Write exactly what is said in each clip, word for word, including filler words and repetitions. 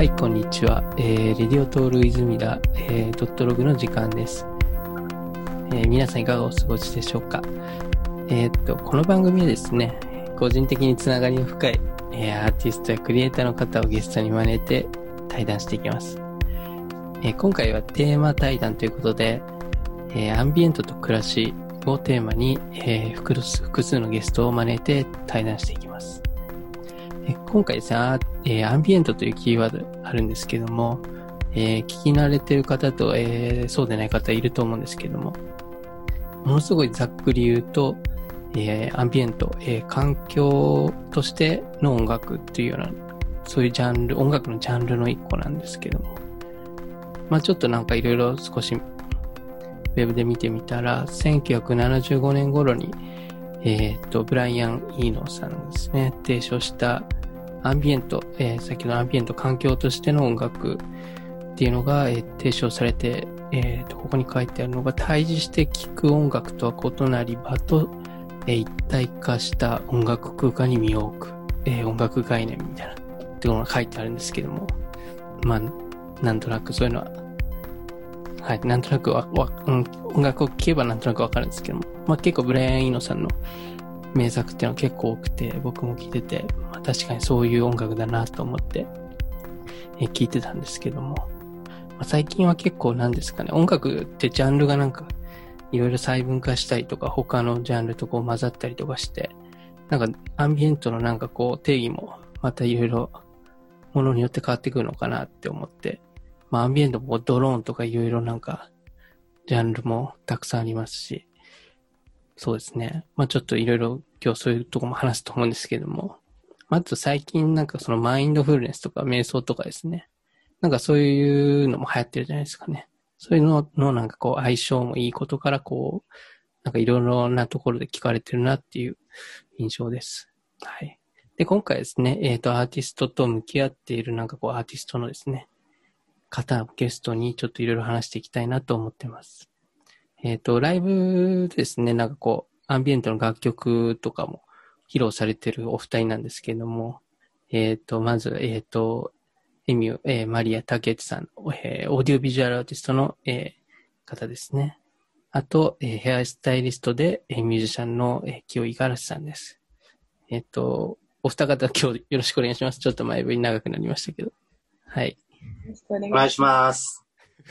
はい、こんにちは。えー、レディオトール泉田、えー、ドットログの時間です。えー、皆さんいかがお過ごしでしょうか。えー、っと、この番組はですね、個人的につながりの深い、えー、アーティストやクリエイターの方をゲストに招いて対談していきます。えー、今回はテーマ対談ということで、えー、アンビエントと暮らしをテーマに、えー、複数、複数のゲストを招いて対談していきます。えー、今回ですね、あえー、アンビエントというキーワードあるんですけども、えー、聞き慣れてる方と、えー、そうでない方いると思うんですけども、ものすごいざっくり言うと、えー、アンビエント、えー、環境としての音楽っていうような、そういうジャンル、音楽のジャンルの一個なんですけども、まあちょっとなんかいろいろ少しウェブで見てみたら、せんきゅうひゃくななじゅうごねん頃に、えっと、ブライアン・イーノーさんですね、提唱したアンビエント、えー、先ほどアンビエント環境としての音楽っていうのが、えー、提唱されて、えーと、ここに書いてあるのが、対峙して聴く音楽とは異なり、場と、えー、一体化した音楽空間に身を置く、えー、音楽概念みたいな、っていうのが書いてあるんですけども、まあ、なんとなくそういうのは、はい、なんとなくわ、わ、うん、音楽を聴けばなんとなくわかるんですけども、まあ結構ブライアン・イーノさんの名作っていうのは結構多くて、僕も聴いてて、まあ確かにそういう音楽だなと思って、えー、聴いてたんですけども、まあ、最近は結構なんですかね、音楽ってジャンルがなんか、いろいろ細分化したりとか、他のジャンルとこう混ざったりとかして、なんかアンビエントのなんかこう定義もまたいろいろものによって変わってくるのかなって思って、まあアンビエントもドローンとかいろいろなんかジャンルもたくさんありますし、そうですね。まあちょっといろいろ今日そういうとこも話すと思うんですけども、まず最近なんかそのマインドフルネスとか瞑想とかですね、なんかそういうのも流行ってるじゃないですかね。そういうののなんかこう相性もいいことからこう、なんかいろいろなところで聞かれてるなっていう印象です。はい。で、今回ですね、えっと、アーティストと向き合っているなんかこうアーティストのですね、方をゲストにちょっといろいろ話していきたいなと思ってます。えっと、ライブですね、なんかこう、アンビエントの楽曲とかも披露されてるお二人なんですけれども、えっと、まず、えっと、エミュー、えー、マリア・タケチさん、えー、オーディオビジュアルアーティストの、えー、方ですね。あと、えー、ヘアスタイリストで、えー、ミュージシャンの、えー、清井ガラスさんです。えっと、お二方今日よろしくお願いします。ちょっと前振り長くなりましたけど。はい。 よろしくお願いします。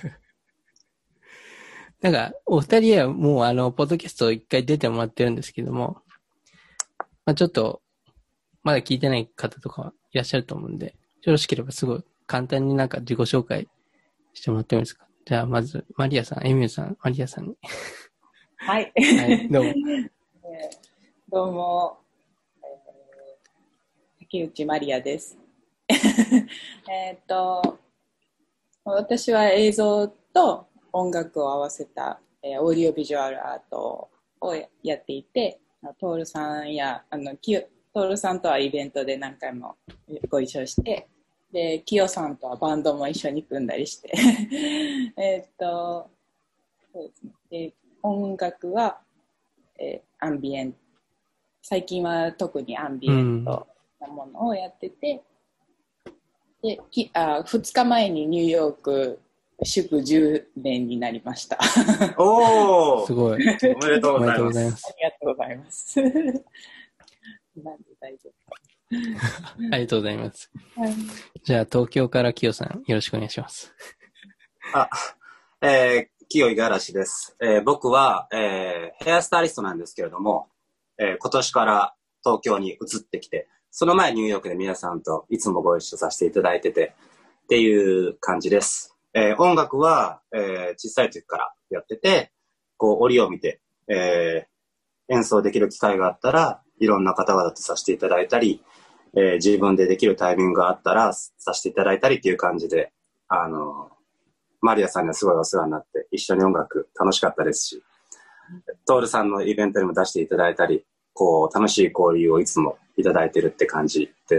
なんか、お二人はもうあの、ポッドキャスト一回出てもらってるんですけども、まあちょっと、まだ聞いてない方とかいらっしゃると思うんで、よろしければすごい簡単になんか自己紹介してもらってもいいですか？じゃあまず、マリアさん、エミューさん、マリアさんに。 はい。 はい、どうも。 どうも、えー、竹内マリアです。えっと、私は映像と音楽を合わせた、えー、オーディオビジュアルアートをやっていて、トールさんや、あの、きよ、トールさんとはイベントで何回もご一緒して、で、キヨさんとはバンドも一緒に組んだりして、えっと、そうですね。で、音楽は、えー、アンビエント、最近は特にアンビエントなものをやってて、できあふつかまえにニューヨーク祝じゅうねんになりました。 おーすごい。 おめでとうございます。ありがとうございます。なんで大丈夫ありがとうございます。はい、じゃあ東京から清さんよろしくお願いします。 あ、えー、清井がらしです。えー、僕は、えー、ヘアスタイリストなんですけれども、えー、今年から東京に移ってきて、その前ニューヨークで皆さんといつもご一緒させていただいててっていう感じです。えー、音楽は、えー、小さい時からやってて、こう折を見て、えー、演奏できる機会があったらいろんな方々とさせていただいたり、えー、自分でできるタイミングがあったらさせていただいたりっていう感じで、あのー、マリアさんにはすごいお世話になって一緒に音楽楽しかったですし、トールさんのイベントにも出していただいたり、こう楽しい交流をいつもいただいてるって感じです。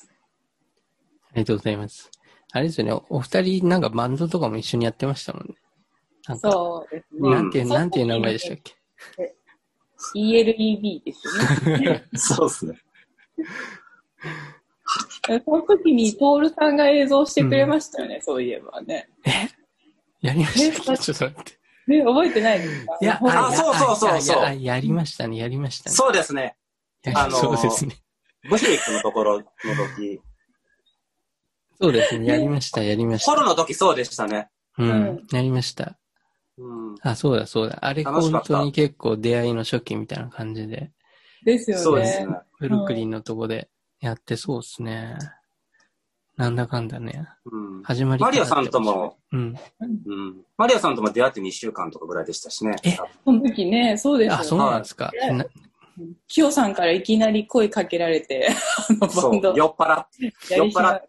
ありがとうございます。あれですよね、お二人なんかバンドとかも一緒にやってましたもんね。なんかそうですね。 なんていう、なんていう名前でしたっけ？ イーエルイービー ですね。 そうですね。 その時にトールさんが映像してくれましたよね、うん、そういえばね。 えやりましたっけちょっと待って。 ね、覚えてないですか？ いや、 あ、そうそうそうそう。 や, やりましたね、やりましたね。 そうですね。 あのー、そうですね。 ブシリックのところの時。 そうですね、やりました、やりました。 ホロの時そうでしたね。 うん、うん、やりました。 うん、 あ、そうだそうだ。あれ本当に結構出会いの初期みたいな感じで。 ですよね。 そうですね。 ブルックリンのとこでやってそうですね。なんだかんだね。 うん、 始まりマリアさんとも、 うんうん、マリアさんとも出会ってにしゅうかんとかぐらいでしたしね。 え、 その時ね、そうですよね。 あ、そうなんですか。 キヨさんからいきなり声かけられて、あのバンド。 そう、酔っ払って、酔っ払って、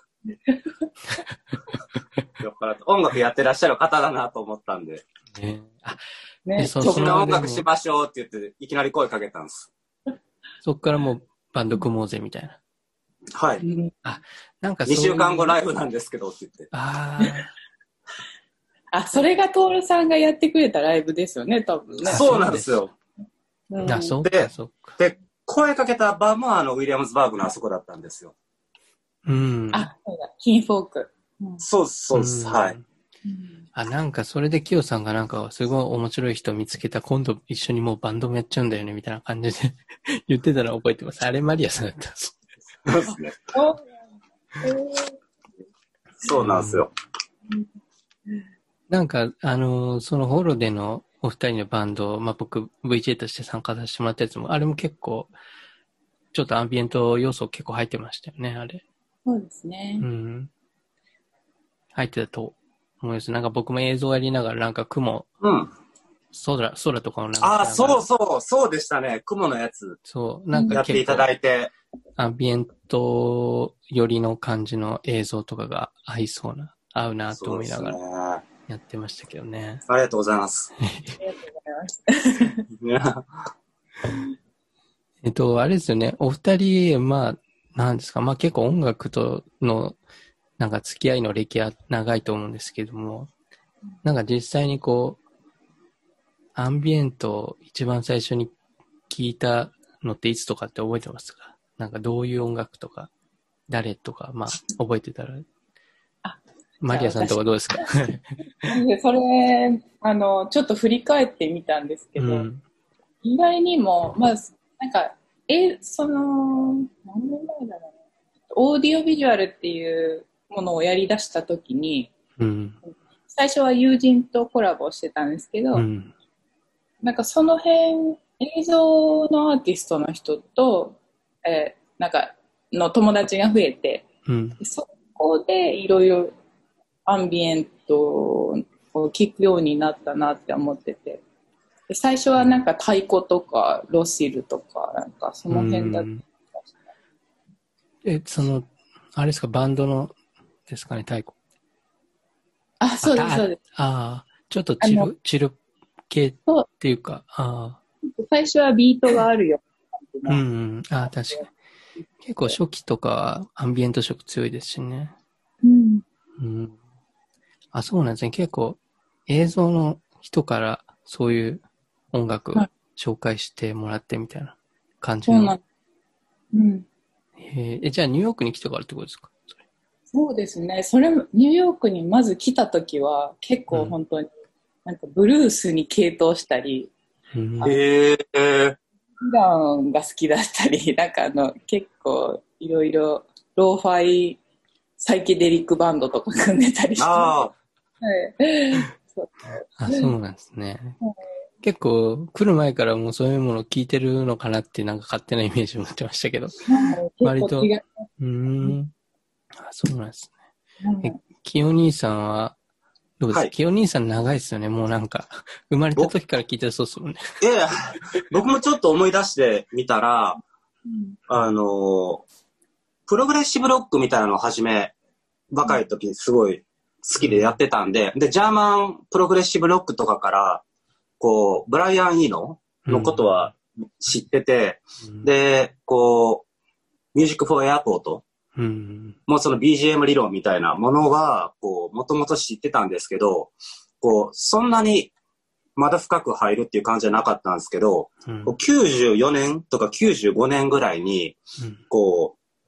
酔っ払って、音楽やってらっしゃる方だなと思ったんで。 ね、あ、 ね、 そんな音楽しましょうって言って、いきなり声かけたんです。 そっからもうバンド組もうぜみたいな。 はい。 うん、あ、なんかそういうにしゅうかんごライブなんですけどって言って。 ああ。あ、それがトールさんがやってくれたライブですよね、多分ね。 そうなんですよ。 うん、あ、そうでそうか。 で、声かけた場もあの、ウィリアムズバーグのあそこだったんですよ。 うん。 あ、そうだ、キンフォーク。 うん、そうです、そうです、はい。 あ、なんかそれでキヨさんがなんかすごい面白い人見つけた、今度一緒にもうバンドもやっちゃうんだよねみたいな感じで言ってたの覚えてます。あれマリアさんだったんです。 そうですね。そうなんですよ。 なんかあのー、そのホロでのお二人のバンド、まあ僕 ブイジェー として参加させてもらったやつも、あれも結構ちょっとアンビエント要素結構入ってましたよね、あれ。 そうですね。 うん。入ってたと思います。なんか僕も映像やりながらなんか雲、 うん。 空、空とかをなんか。 ああ、そうそう、そうでしたね。雲のやつ。 そう、なんかやっていただいて。 アンビエント寄りの感じの映像とかが合いそうな、合うなと思いながらやってましたけどね。 ありがとうございます。ありがとうございます。 えっと、あれですよね。お二人、まあ、なんですか。まあ結構音楽との、なんか付き合いの歴は長いと思うんですけども、なんか実際にこう、アンビエントを一番最初に聞いたのっていつとかって覚えてますか？なんかどういう音楽とか、誰とか、まあ覚えてたら。あ、マリアさんとかどうですか？ それ、あの、ちょっと振り返ってみたんですけど、うん、意外にも、まず、なんか、え、その、何年前だろう。オーディオビジュアルっていうものをやり出したときに、 うん、 最初は友人とコラボしてたんですけど、うん、なんかその辺、映像のアーティストの人と、えー、なんかの友達が増えて、 うん、 そこでいろいろアンビエントを聞くようになったなって思ってて、で最初はなんか太鼓とかロシルとかなんかその辺だった。 え、その、あれですか、バンドのですかね、太鼓。 あ、そうです、そうです。 ああ、ちょっとチル、チル系っていうか、ああ。 最初はビートがあるよ。 うん、うん、ああ、確かに。結構初期とかアンビエント色強いですしね。 うん。 うん。あ、そうなんですね。結構映像の人からそういう音楽紹介してもらってみたいな感じの。 そうなん。うん。 え、じゃあニューヨークに来てからってことですか？それそうですね。それもニューヨークにまず来た時は結構本当に、うん、なんかブルースに傾倒したり、 へ、うん、えー。 普段が好きだったり、なんかあの結構いろいろローファイサイケデリックバンドとか組んでたりして。ああ。はい。 そうあ、そうなんですね。はい結構来る前からもうそういうものを聞いてるのかなってなんか勝手なイメージを持ってましたけど、割と、うーん、あ、そうなんですね。え、キヨ兄さんはどうですか？はい、キヨ兄さん長いですよね。もうなんか生まれた時から聞いてそうですもんね。 いやいや、僕もちょっと思い出してみたら、うん、あのプログレッシブロックみたいなのを始め若い時にすごい好きでやってたんで、でジャーマンプログレッシブロックとかからこう、ブライアン・イーノのことは知ってて、うん、で、こう、ミュージック・フォー・エアポート、うん、もうその ビージーエム 理論みたいなものは、こう、もともと知ってたんですけど、こう、そんなにまだ深く入るっていう感じじゃなかったんですけど、うん、きゅうじゅうよねんとかきゅうじゅうごねんぐらいに、こう、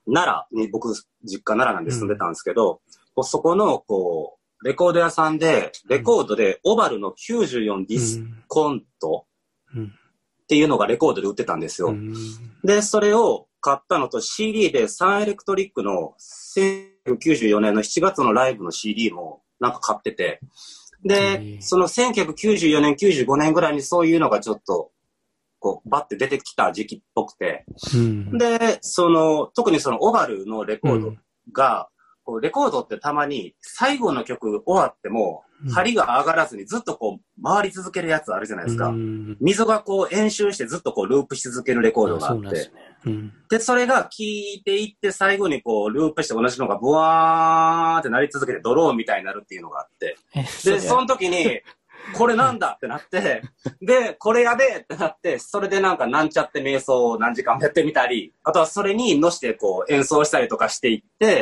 奈良に、僕、実家奈良なんで住んでたんですけど、うん、そこの、こう、レコード屋さんで、レコードで、オバルのきゅうじゅうよんディスコントっていうのがレコードで売ってたんですよ。うん、で、それを買ったのと シーディー でサンエレクトリックのせんきゅうひゃくきゅうじゅうよねんのしちがつのライブの シーディー もなんか買ってて、で、そのせんきゅうひゃくきゅうじゅうよねん、きゅうじゅうごねんぐらいにそういうのがちょっと、こう、バッて出てきた時期っぽくて、うん、で、その、特にそのオバルのレコードが、こうレコードってたまに最後の曲終わっても、針が上がらずにずっとこう回り続けるやつあるじゃないですか。うん、溝がこう演習してずっとこうループし続けるレコードがあって。で、ねうん、で、それが聴いていって最後にこうループして同じのがブワーってなり続けてドローンみたいになるっていうのがあって。で、その時に、これなんだってなって、で、これやべえってなって、それでなんかなんちゃって瞑想を何時間もやってみたり、あとはそれに乗してこう演奏したりとかしていって、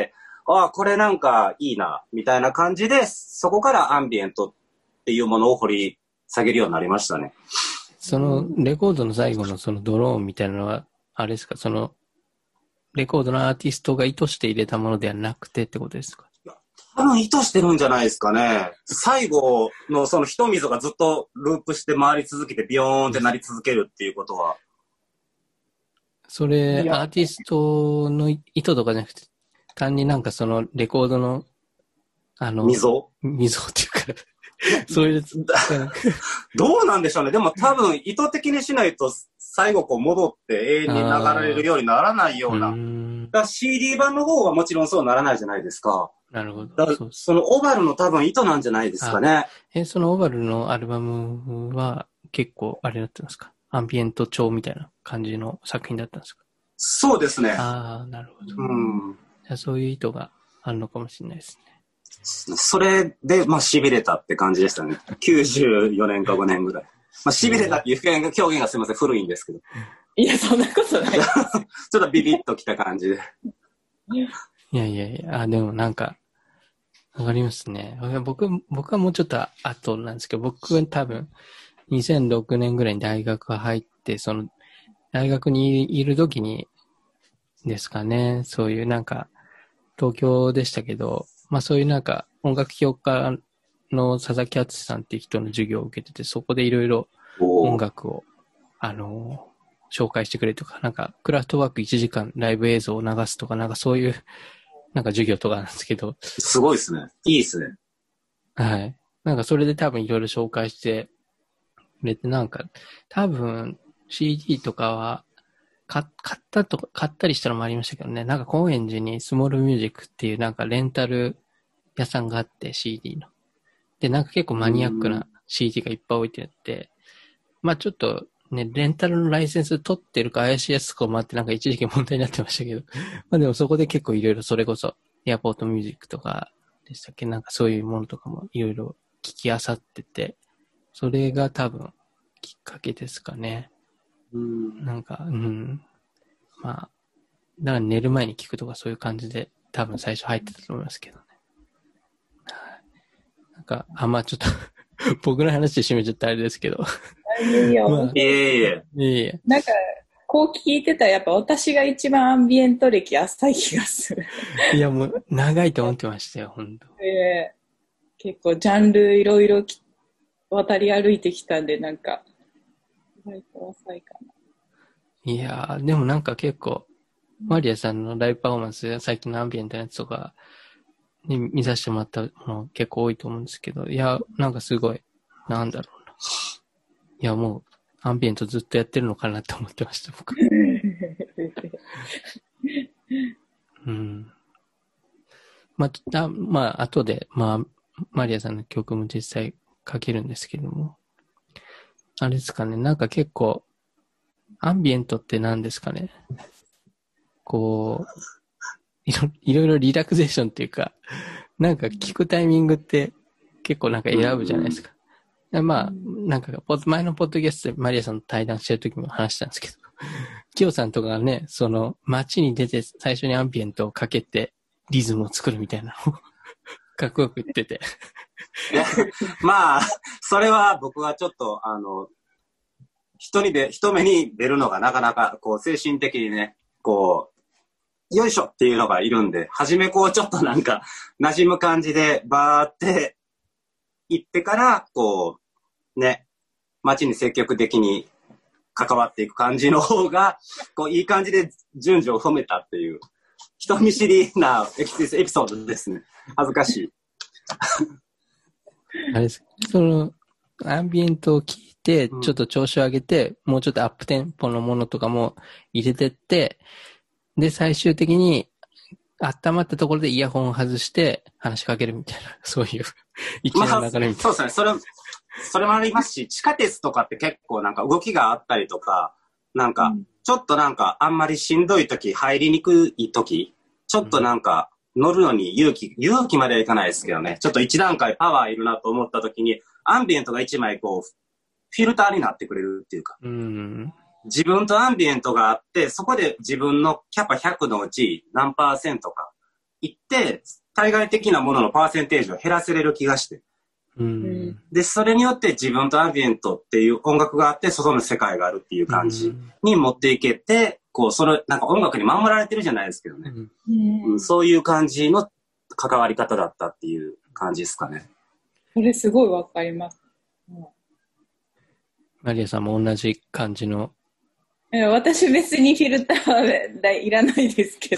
ああ、これなんかいいな、みたいな感じで、そこからアンビエントっていうものを掘り下げるようになりましたね。 そのレコードの最後のそのドローンみたいなのは、あれですか、そのレコードのアーティストが意図して入れたものではなくてってことですか？ 多分意図してるんじゃないですかね。最後のその一溝がずっとループして回り続けてビヨーンってなり続けるっていうことは。 それ、アーティストの意図とかじゃなくて、単になんかそのレコードの、あの、 溝溝っていうか、そういう、 どうなんでしょうね。でも多分意図的にしないと最後こう戻って永遠に流れるようにならないような。だから シーディー 版の方はもちろんそうならないじゃないですか。 なるほど。 だからそのオバルの多分意図なんじゃないですかね。 え、そのオバルのアルバムは結構あれだったんですか？アンビエント調みたいな感じの作品だったんですか？ そうですね。 ああ、なるほど。 うん。 じゃあそういう意図があるのかもしれないですね。それで、まあ、痺れたって感じでしたね。きゅうじゅうよねんかごねんぐらい。まあ、痺れたっていう表現が、表現がすみません、古いんですけど。 いや、そんなことない。ちょっとビビッときた感じで。 いやいやいや、あ、でもなんか、わかりますね。僕、僕はもうちょっと後なんですけど、僕は多分、にせんろくねんぐらいに大学入って、その、大学にいる時に、ですかね、そういうなんか、東京でしたけど、まあそういうなんか、音楽評価の佐々木敦さんっていう人の授業を受けてて、そこでいろいろ音楽を、あの、紹介してくれとか、なんか、クラフトワークいちじかんライブ映像を流すとか、なんかそういう、なんか授業とかなんですけど。 すごいですね。いいですね。 はい。なんかそれで多分いろいろ紹介してくれて、なんか、多分 シーディー とかは、買ったとか、買ったりしたのもありましたけどね。なんか高円寺にスモールミュージックっていうなんかレンタル屋さんがあって シーディー の。で、なんか結構マニアックな シーディー がいっぱい置いてあって、まあちょっとね、レンタルのライセンス取ってるか怪しいやつとかもあってなんか一時期問題になってましたけど。まあでもそこで結構いろいろそれこそエアポートミュージックとかでしたっけ、なんかそういうものとかもいろいろ聞き漁ってて、それが多分きっかけですかね。うん、なんか、うん。まあ、だから寝る前に聞くとかそういう感じで多分最初入ってたと思いますけどね。なんか、あんまあ、ちょっと僕の話で締めちゃったあれですけど。 いいよ。 まあ、いえいえ。 いえいえ。 なんか、こう聞いてたらやっぱ私が一番アンビエント歴浅い気がする。 いや、もう長いと思ってましたよ、本当。 えー、結構ジャンルいろいろ渡り歩いてきたんで、なんか、意外と浅いかな。 いやー、でもなんか結構、マリアさんのライブパフォーマンス、最近のアンビエントのやつとかに見させてもらったの結構多いと思うんですけど、いや、なんかすごい、なんだろうな。いや、もう、アンビエントずっとやってるのかなって思ってました、僕。うん。まあ、まあ、後で、まあ、マリアさんの曲も実際書けるんですけども、あれですかね、なんか結構、アンビエントって何ですかね。こういろ、いろいろリラクゼーションっていうか、なんか聞くタイミングって結構なんか選ぶじゃないですか。まあ、なんか、前のポッドキャストでマリアさんと対談してる時も話したんですけど、キヨさんとかがね、その街に出て最初にアンビエントをかけてリズムを作るみたいなのをかっこよく言ってて。 まあ、それは僕はちょっと、あの、人にで、人目に出るのがなかなか、こう、精神的にね、こう、 よいしょっていうのがいるんで、はじめこうちょっとなんか馴染む感じでバーって行ってから、こう、ね、街に積極的に関わっていく感じの方が、こういい感じで順序を踏めたっていう、人見知りなエピソードですね。恥ずかしい。 あれです。その、アンビエントを聞いて、ちょっと調子を上げて、うん、もうちょっとアップテンポのものとかも入れてって、で、最終的に、温まったところでイヤホンを外して話しかけるみたいな、そういう一連の流れみたいな。 まあ、そうですね。それ、それもありますし、地下鉄とかって結構なんか動きがあったりとか、なんか、ちょっとなんかあんまりしんどい時、入りにくい時、ちょっとなんか乗るのに勇気、勇気まではいかないですけどね、ちょっと一段階パワーいるなと思った時に、アンビエントが一枚こう、フィルターになってくれるっていうか、 うん、 自分とアンビエントがあって、そこで自分のキャパひゃくのうち何パーセントかいって、対外的なもののパーセンテージを減らせれる気がして。 うん、 で、それによって自分とアンビエントっていう音楽があって、外の世界があるっていう感じに持っていけて、こう、その、なんか音楽に守られてるじゃないですけどね。うんうん、そういう感じの関わり方だったっていう感じですかね。 それすごいわかります。うん、 マリアさんも同じ感じの。 いや、私別にフィルターはいらないですけど。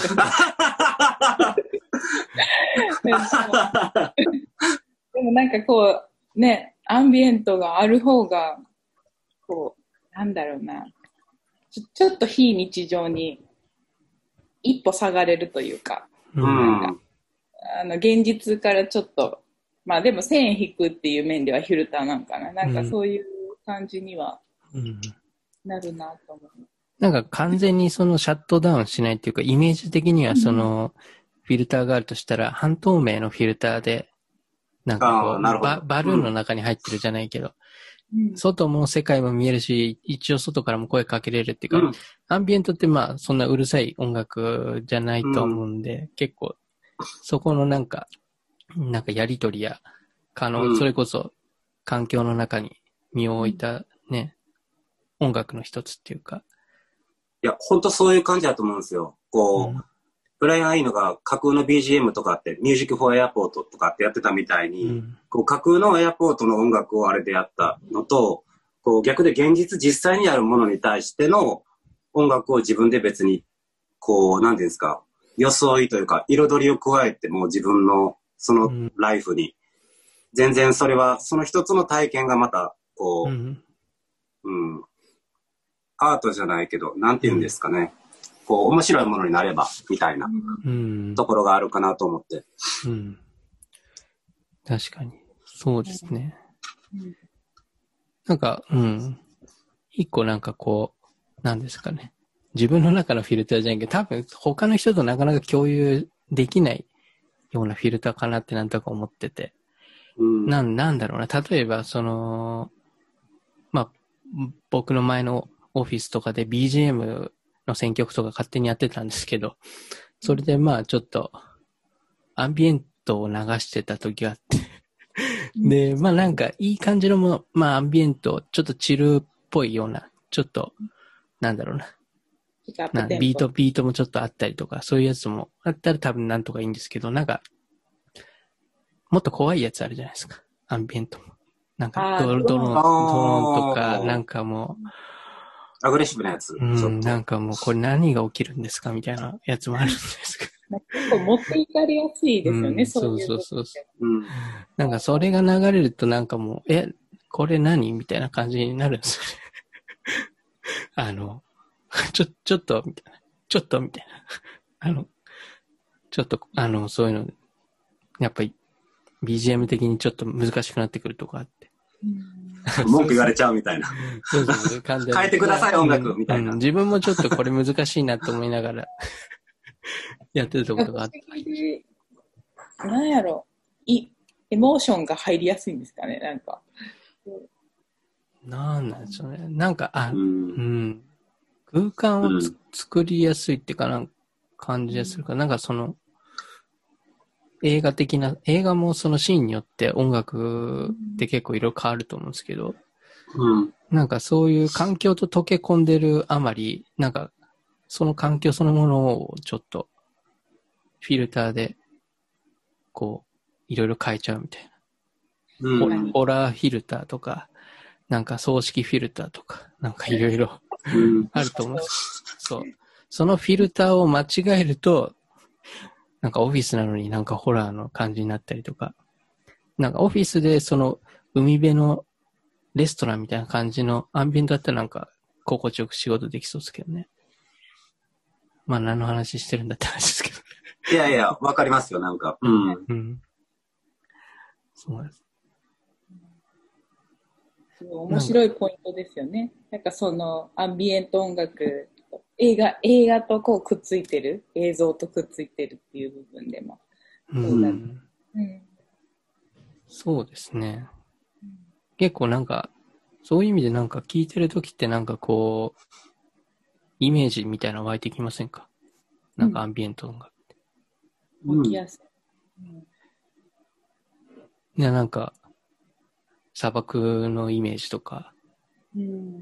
でもなんかこうね、アンビエントがある方がこうなんだろうな、ちょ、ちょっと非日常に一歩下がれるというか、 うん、 なんかあの現実からちょっと、まあでも線引くっていう面ではフィルターなんかな、なんかそういう感じにはなるなと思う。うん、 なんか完全にそのシャットダウンしないっていうか、イメージ的にはそのフィルターがあるとしたら半透明のフィルターで、なんかこうバ、バルーンの中に入ってるじゃないけど、うん、外も世界も見えるし、一応外からも声かけれるっていうか、うん、アンビエントってまあそんなうるさい音楽じゃないと思うんで、うん、結構そこのなんか、なんかやりとりや可能、うん、それこそ環境の中に身を置いたね、音楽の一つっていうか。 いや、ほんとそういう感じだと思うんですよ。こう、うん、ブライアン・アイノが架空の ビージーエム とかって、ミュージック・フォー・エアポートとかってやってたみたいに、うん、こう架空のエアポートの音楽をあれでやったのと、こう逆で現実実際にあるものに対しての音楽を自分で別に、こう、なんていうんですか、装いというか、彩りを加えてもう自分のそのライフに、うん、全然それは、その一つの体験がまた、こう、うん、うん、アートじゃないけど、なんていうんですかね。うんこう面白いものになればみたいなところがあるかなと思って、 うんうん、確かにそうですね、うん、なんかうん一個なんかこうなんですかね自分の中のフィルターじゃないけど多分他の人となかなか共有できないようなフィルターかなってなんとか思ってて、うん、な, なんだろうな例えばそのまあ僕の前のオフィスとかで ビージーエムの選曲とか勝手にやってたんですけど、それでまあちょっとアンビエントを流してた時があってで、まあなんかいい感じのもの、まあアンビエント、ちょっとチルっぽいような、ちょっと、なんだろうな。なビート、ビートもちょっとあったりとか、そういうやつもあったら多分なんとかいいんですけど、なんか、もっと怖いやつあるじゃないですか。アンビエントも。なんかドロ、ドローン、ドローンとか、なんかもう、 アグレッシブなやつ。 うん、なんかもうこれ何が起きるんですかみたいなやつもあるんですけど。 結構持っていかれやすいですよね、うん、そういう。 そうそうそう。うん。なんかそれが流れるとなんかもう、え、これ何みたいな感じになるんですよね。あの、ちょ、ちょっと、みたいな。ちょっと、みたいな。あの、ちょっと、あの、そういうの、やっぱり ビージーエム 的にちょっと難しくなってくるとこあって。 文句言われちゃうみたいな。 そうそうそう変えてください音楽みたいな、 うん。自分もちょっとこれ難しいなと思いながらやってたことがあって。 なんやろい、エモーションが入りやすいんですかね、なんか。 なんなんでしょうね。なんか、あ、うん、うん、空間をつ、うん、作りやすいっていうかなんか感じやするか、うん、なんかその、映画的な、映画もそのシーンによって音楽って結構いろいろ変わると思うんですけど、 うん、 なんかそういう環境と溶け込んでるあまり、なんかその環境そのものをちょっとフィルターで、こう、いろいろ変えちゃうみたいな。 うん。 ホラーフィルターとか、なんか葬式フィルターとか、なんかいろいろあると思うんです。そう。そのフィルターを間違えると、なんかオフィスなのになんかホラーの感じになったりとか、なんかオフィスでその海辺のレストランみたいな感じのアンビエントだったらなんか心地よく仕事できそうですけどね。まあ何の話してるんだって話ですけど。 いやいや、わかりますよ、なんか。うん。 うん。そうなんです。 面白いポイントですよね。なんかそのアンビエント音楽、映画、映画とこうくっついてる、映像とくっついてるっていう部分でも。 うん。うん、そうですね。結構なんか、そういう意味でなんか聞いてるときってなんかこう、イメージみたいなの湧いてきませんか？なんかアンビエント音楽って。 湧きやすい。うん。 ね、なんか、砂漠のイメージとか、うん、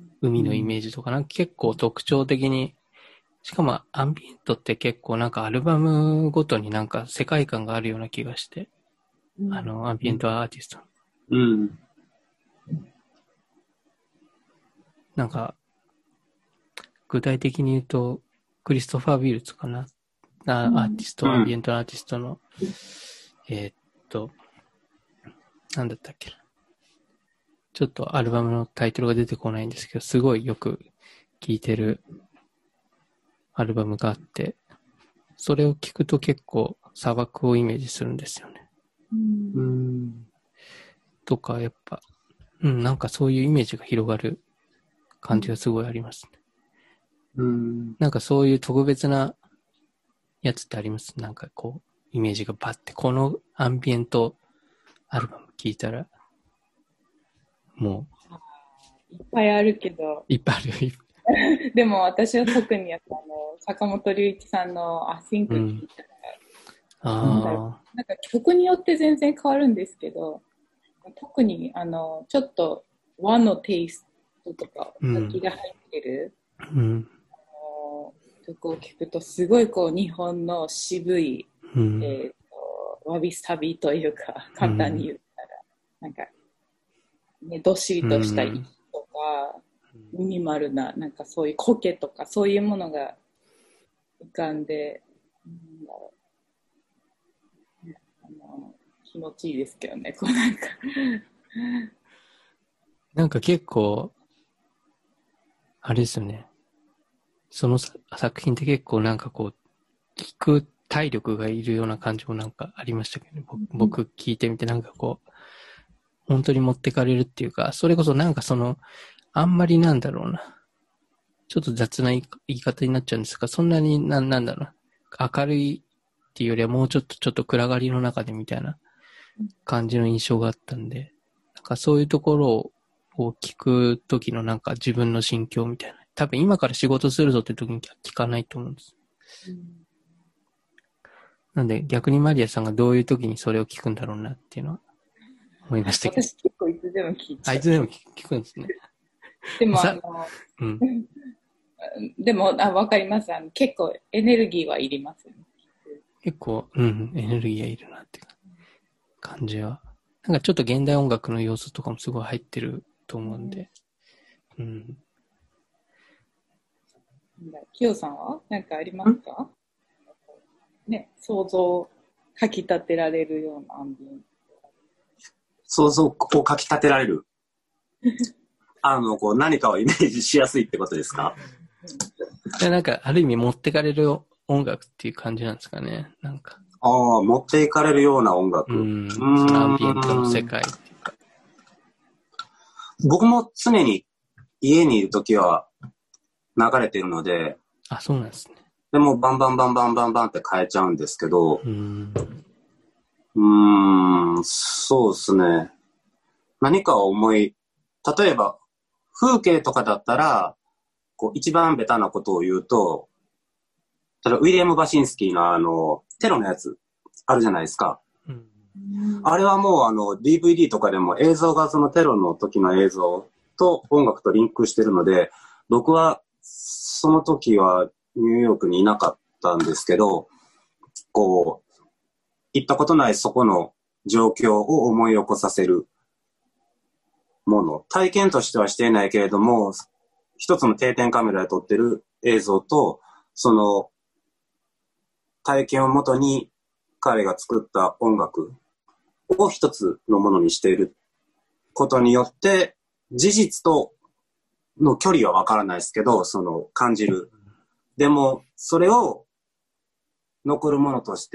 海のイメージとか、なんか結構特徴的に、しかもアンビエントって結構なんかアルバムごとになんか世界観があるような気がして、うん、あの、アンビエントアーティスト。 うん。 なんか、具体的に言うと、クリストファー・ウィルツかな、うん、アーティスト、アンビエントアーティストの、えー、っと、なんだったっけな。ちょっとアルバムのタイトルが出てこないんですけど、すごいよく聴いてるアルバムがあって、それを聴くと結構砂漠をイメージするんですよね。うん。とか、やっぱ、うん、なんかそういうイメージが広がる感じがすごいありますね。うん。なんかそういう特別なやつってあります？なんかこう、イメージがバッて、このアンビエントアルバム聴いたら、もう。いっぱいあるけど。 いっぱいある。 でも私は特にやっぱあの、坂本龍一さんのアシンク聞いたら、うん、なんだろう。なんか曲によって全然変わるんですけど、特にあの、ちょっと和のテイストとか、楽器が入ってる、うん、あの曲を聴くと、すごいこう日本の渋い、うん、えーと、わびさびというか、簡単に言ったら、うん、なんか、ね、どっしりとした息とか、うん、ミニマルな、なんかそういう苔とか、そういうものが浮かんで、なんだろう、ね、あの気持ちいいですけどね、こうなんかなんか結構、あれですよね。その作品って結構なんかこう、聞く体力がいるような感じもなんかありましたけどね。僕聞いてみてなんかこう、本当に持ってかれるっていうか、それこそなんかその、あんまりなんだろうな。ちょっと雑な言い方になっちゃうんですが、そんなにな、なんだろう。明るいっていうよりはもうちょっとちょっと暗がりの中でみたいな感じの印象があったんで、なんかそういうところを聞く時のなんか自分の心境みたいな。多分今から仕事するぞって時に聞かないと思うんです。うん、なんで逆にマリアさんがどういう時にそれを聞くんだろうなっていうのは思いましたけど。 私結構いつでも聞いちゃう。 あ、いつでも聞くんですね。 でもあの、うん、でもあ分かります。あの結構エネルギーはいりますよね。 結構、うん、エネルギーはいるなっていう感じは。なんかちょっと現代音楽の要素とかもすごい入ってると思うんで。うん。うんキヨさんは何かありますか？ね、想像かき立てられるようなアンビエント。 想像をかき立てられるあの、こう何かをイメージしやすいってことですか？ なんか、ある意味持ってかれる音楽っていう感じなんですかね。なんか。 ああ、持っていかれるような音楽。 うん。そのアンビエントの世界っていうか。 僕も常に家にいるときは流れているので。 あ、そうなんですね。 でもバンバンバンバンバンバンって変えちゃうんですけど。 うん。 うーん、そうですね。何かを思い、例えば風景とかだったら、こう一番ベタなことを言うと、例えばウィリアム・バシンスキーのあの、テロのやつ、あるじゃないですか。うん、あれはもうあの、ディーブイディー とかでも映像がそのテロの時の映像と音楽とリンクしてるので、僕はその時はニューヨークにいなかったんですけど、 こう、行ったことないそこの状況を思い起こさせるもの。体験としてはしていないけれども、一つの定点カメラで撮ってる映像と、その体験をもとに彼が作った音楽を一つのものにしていることによって、事実との距離はわからないですけど、その感じる。でも、それを残るものとして、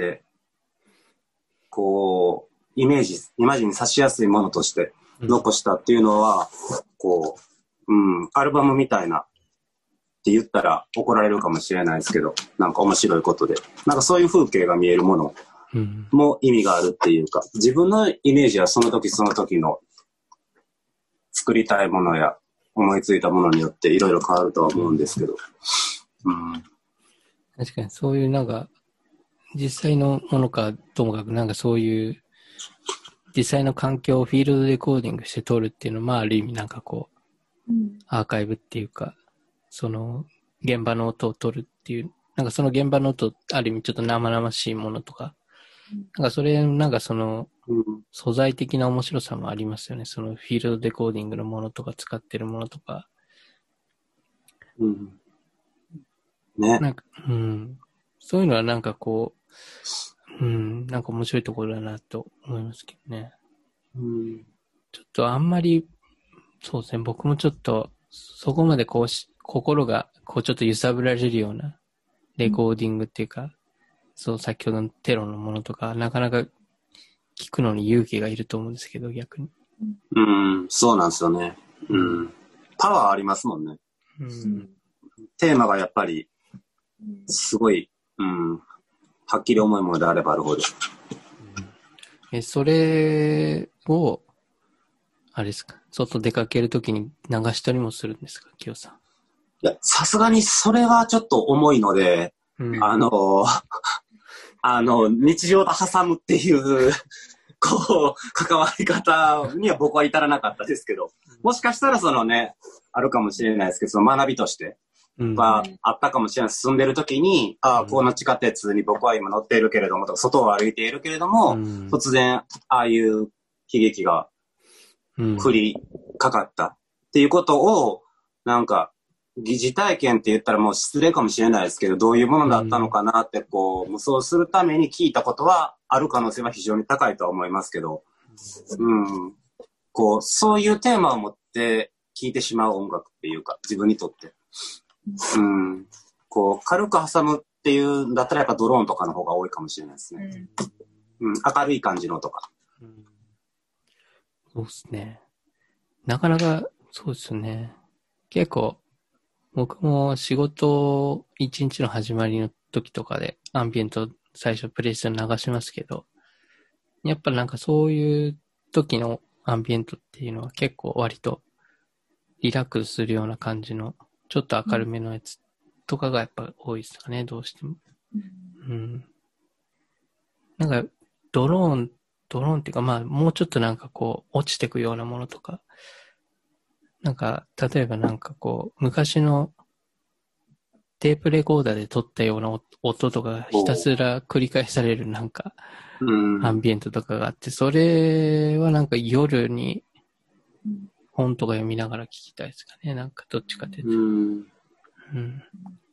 こう、イメージ、イマジンに差しやすいものとして残したっていうのは、こう、うん、アルバムみたいなって言ったら怒られるかもしれないですけど、なんか面白いことで、なんかそういう風景が見えるものも意味があるっていうか、自分のイメージはその時その時の作りたいものや思いついたものによっていろいろ変わるとは思うんですけど、うん、 確かにそういうなんか実際のものかともかくなんかそういう実際の環境をフィールドレコーディングして撮るっていうのは、まあある意味なんかこう、うん、アーカイブっていうか、その現場の音を撮るっていう、なんかその現場の音、ある意味ちょっと生々しいものとか、なんかそれ、なんかその素材的な面白さもありますよね。そのフィールドレコーディングのものとか使ってるものとか。 うん。ね。 なんか、うん。そういうのはなんかこう、うん、なんか面白いところだなと思いますけどね。 うん。 ちょっとあんまり、そうですね、僕もちょっと、そこまでこうし、心がこうちょっと揺さぶられるようなレコーディングっていうか、うん、そう、先ほどのテロのものとか、なかなか聞くのに勇気がいると思うんですけど、逆に。 うん、そうなんですよね。うん。パワーありますもんね。 うん。 テーマがやっぱり、すごい、うん、はっきり重いものであればあるほど。 うん、え、それを、あれですか、外出かけるときに流したりもするんですか、キヨさん。 いや、さすがにそれはちょっと重いので、うん、あの、あの、日常と挟むっていう、こう、関わり方には僕は至らなかったですけど、もしかしたらそのね、あるかもしれないですけど、その学びとしてはあったかもしれない。進んでる時に、ああ、この地下鉄に僕は今乗っているけれども、外を歩いているけれども、うん、突然、ああいう悲劇が降りかかったっていうことを、なんか、疑似体験って言ったらもう失礼かもしれないですけど、どういうものだったのかなってこう無双するために聞いたことはある可能性は非常に高いとは思いますけど、うん、こうそういうテーマを持って聴いてしまう音楽っていうか、自分にとって、うん、こう軽く挟むっていうんだったらやっぱドローンとかの方が多いかもしれないですね。うん、明るい感じのとか。 うん、そうですね。なかなかそうですね。結構僕も仕事一日の始まりの時とかでアンビエント最初プレイスト流しますけど、やっぱなんかそういう時のアンビエントっていうのは結構割とリラックスするような感じのちょっと明るめのやつとかがやっぱ多いですかね、どうしても。うん。なんかドローン、ドローンっていうかまあもうちょっとなんかこう落ちてくようなものとか、なんか、例えばなんかこう、昔のテープレコーダーで撮ったような音とかがひたすら繰り返されるなんか、アンビエントとかがあって、それはなんか夜に本とか読みながら聞きたいですかね。なんかどっちかっていうと。うん。うん。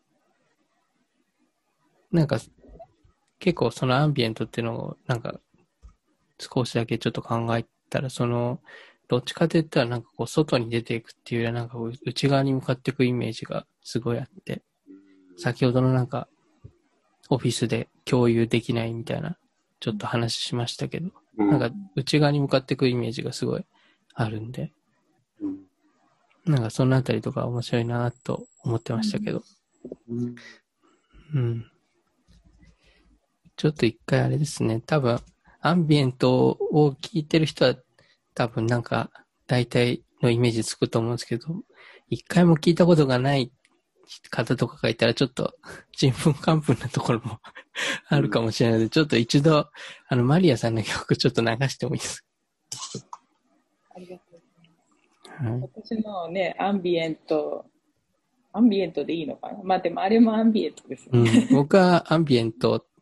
なんか、結構そのアンビエントっていうのをなんか少しだけちょっと考えたら、その、どっちかって言ったらなんかこう外に出ていくっていうよりはなんか内側に向かっていくイメージがすごいあって、先ほどのなんかオフィスで共有できないみたいなちょっと話しましたけど、なんか内側に向かっていくイメージがすごいあるんで、なんかそのあたりとか面白いなと思ってましたけど、うん。ちょっと一回あれですね、多分アンビエントを聞いてる人は多分なんか大体のイメージつくと思うんですけど、一回も聞いたことがない方とかがいたらちょっとちんぷんかんぷんなところもあるかもしれないので、うん、ちょっと一度あのマリアさんの曲ちょっと流してもいいですか？ ありがとうございます。私のね、アンビエント、アンビエントでいいのかな？まあでもあれもアンビエントですよね。 うん、僕はアンビエント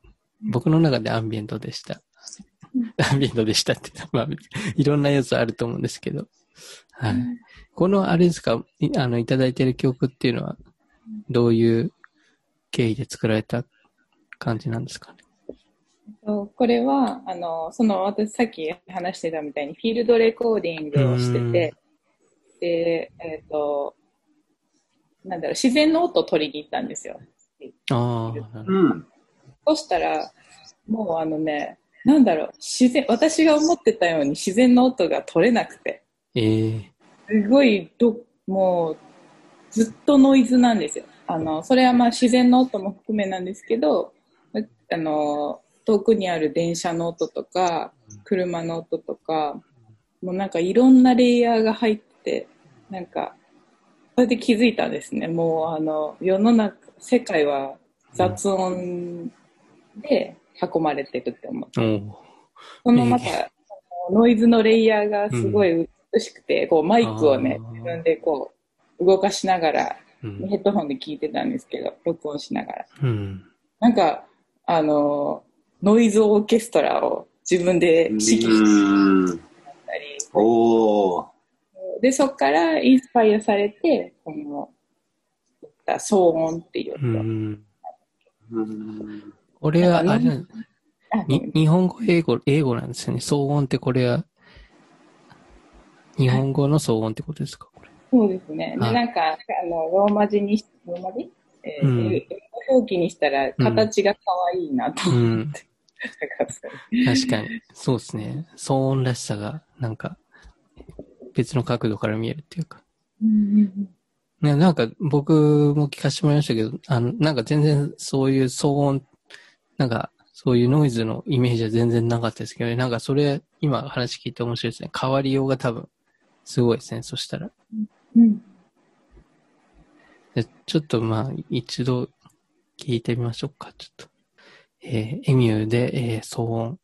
僕の中でアンビエントでした。アンビエントでしたって、まあ、いろんな要素あると思うんですけど。はい。この、あれですか、い、あの、いただいている曲っていうのは、どういう経緯で作られた感じなんですかね。 これは、あの、その、私さっき話してたみたいに、フィールドレコーディングをしてて、で、えっと、なんだろう、自然の音を取りに行ったんですよ。 ああ、 うん。 そしたら、もうあのね、なんだろう、自然、私が思ってたように自然の音が取れなくて。 ええー。 すごいど、もう、ずっとノイズなんですよ。あの、それはまあ自然の音も含めなんですけど、あの、遠くにある電車の音とか、車の音とか、もうなんかいろんなレイヤーが入って、なんか、それで気づいたんですね。もうあの、世の中、世界は雑音で囲まれてるって思って。うん、そのまた、えー、ノイズのレイヤーがすごい美しくて、うん、こうマイクをね、自分でこう、動かしながら、うん、ヘッドホンで聞いてたんですけど、録音しながら。うん、なんか、あの、ノイズオーケストラを自分で指揮してたり。 おー。 で、そこからインスパイアされて、この、騒音っていうと。うんうん、俺は、あれなんに、日本語、英語、英語なんですよね。騒音ってこれは、日本語の騒音ってことですか、これ。 そうですね。で、なんか、あの、ローマ字に、ローマ字えー、うん、英語表記にしたら、形が可愛いなと思って。うんうん、 確かに。そうですね。騒音らしさが、なんか、別の角度から見えるっていうか。うんうん、なんか、僕も聞かせてもらいましたけど、あの、なんか全然そういう騒音、なんか、そういうノイズのイメージは全然なかったですけど、ね、なんかそれ、今話聞いて面白いですね。変わりようが多分、すごいですね、そしたら。うん。でちょっとまあ、一度聞いてみましょうか、ちょっと。えー、エミューで、えー、騒音。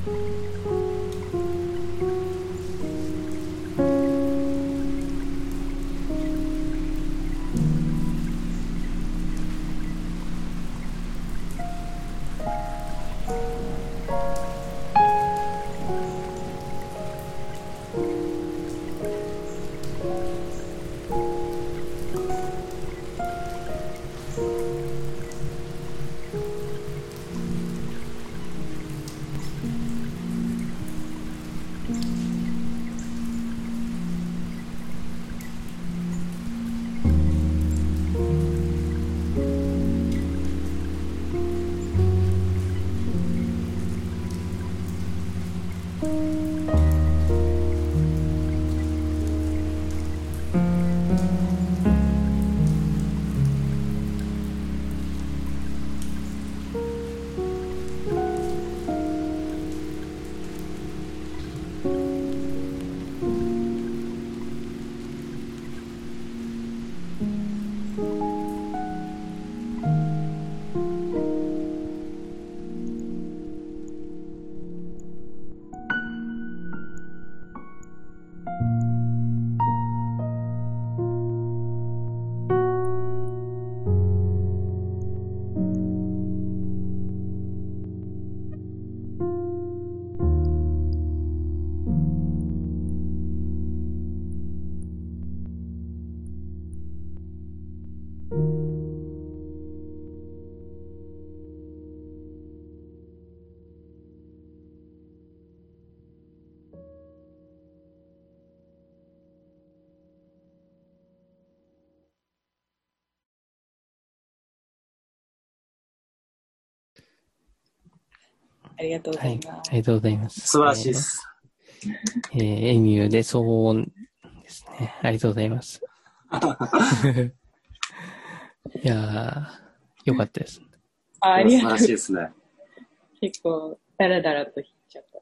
ありがとうござはいい、 ます。 ありがとうございます。 素晴らしいです。 えーえーエミューで騒音ですね。ありがとうございます。いやー、よかったです。 ああり素晴らがとう。 しいですね。 結構、だらだらと弾いちゃった。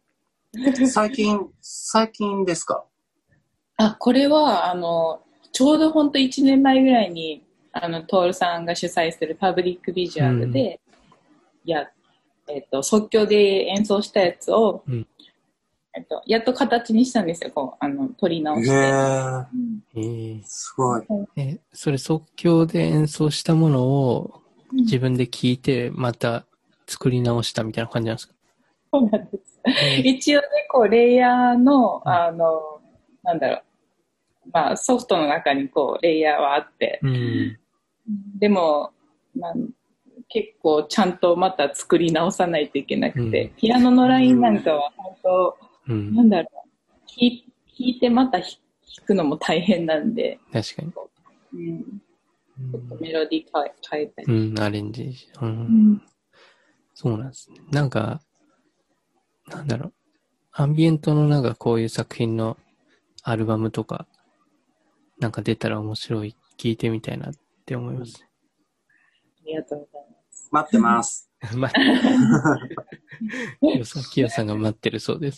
最近、最近ですか？ あ、これは、あの、ちょうど本当いちねんまえぐらいに、あの、トールさんが主催するパブリックビジュアルで、うん、や、えっと、即興で演奏したやつを、うん、えっと、やっと形にしたんですよ、こう、あの、撮り直して。へー。えー、すごい。 え、それ即興で演奏したものを自分で聴いて、また作り直したみたいな感じなんですか？ そうなんです。えー、一応ね、こう、レイヤーの、あの、なんだろう、まあ、ソフトの中にこうレイヤーはあって、うん、でも、まあ、結構ちゃんとまた作り直さないといけなくて、うん、ピアノのラインなんかは本当、うん、なんだろう、弾いてまた弾くのも大変なんで、 確かに、 うん、ちょっとメロディー変え変えたり、 うん、アレンジ、うんうん、そうなんですね。なんかなんだろう、アンビエントのなんかこういう作品のアルバムとかなんか出たら面白い、聞いてみたいなって思います。 ありがとうございます。 待ってます。 待って。キヨさんが待ってるそうです。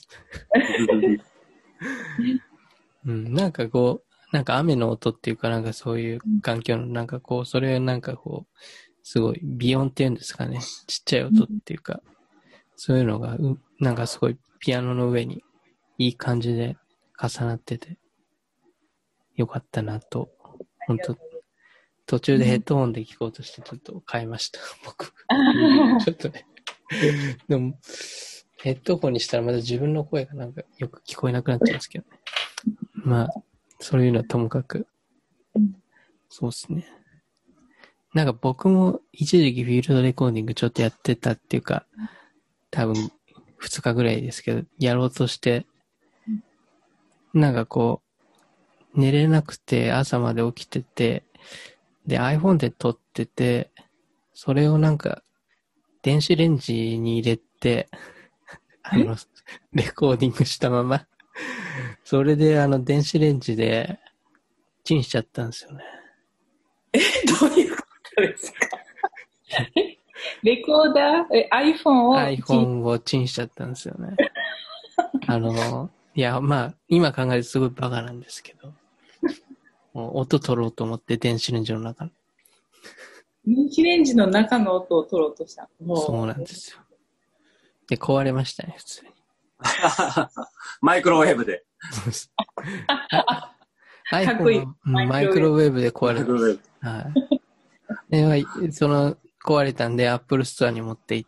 うん、なんかこう、なんか雨の音っていうかなんかそういう環境のなんかこう、それなんかこう、すごいビヨンっていうんですかね。ちっちゃい音っていうか、そういうのが、なんかすごいピアノの上にいい感じで重なってて、よかったなと、本当途中でヘッドホンで聞こうとしてちょっと変えました、僕。ちょっとね。でも、ヘッドホンにしたらまた自分の声がなんかよく聞こえなくなっちゃうんですけどね。まあ、そういうのはともかく、そうですね。なんか僕も一時期フィールドレコーディングちょっとやってたっていうか、多分ふつかぐらいですけど、やろうとして、なんかこう、寝れなくて朝まで起きてて、で iPhone で撮ってて、それをなんか電子レンジに入れて、あの、レコーディングしたまま、それであの電子レンジでチンしちゃったんですよね。 え、どういうことですか？レコーダー、え、iPhone を iPhone をチンしちゃったんですよね。あの、いや、まあ、今考えるとすごいバカなんですけど、もう音取ろうと思って電子レンジの中の。 電子レンジの中の音を取ろうとした。 そうなんですよ。で、壊れましたね、普通に。 マイクロウェーブで。 かっこいい。 iPhone マイクロウェーブで壊れた。はい。で、その、壊れたんで、Apple Store に持って行って、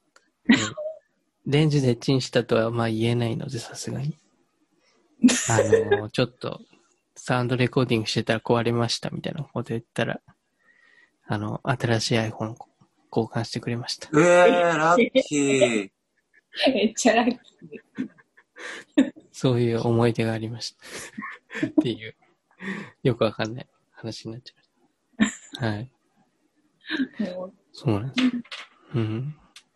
レンジでチンしたとはまあ言えないので、さすがに。あの、ちょっと、サウンドレコーディングしてたら壊れましたみたいなこと言ったら、あの、新しい iPhone 交換してくれました。 えー、ラッキー。 めっちゃラッキー。 そういう思い出がありました。っていう、よくわかんない話になっちゃいました。はい。そうなんです。うん。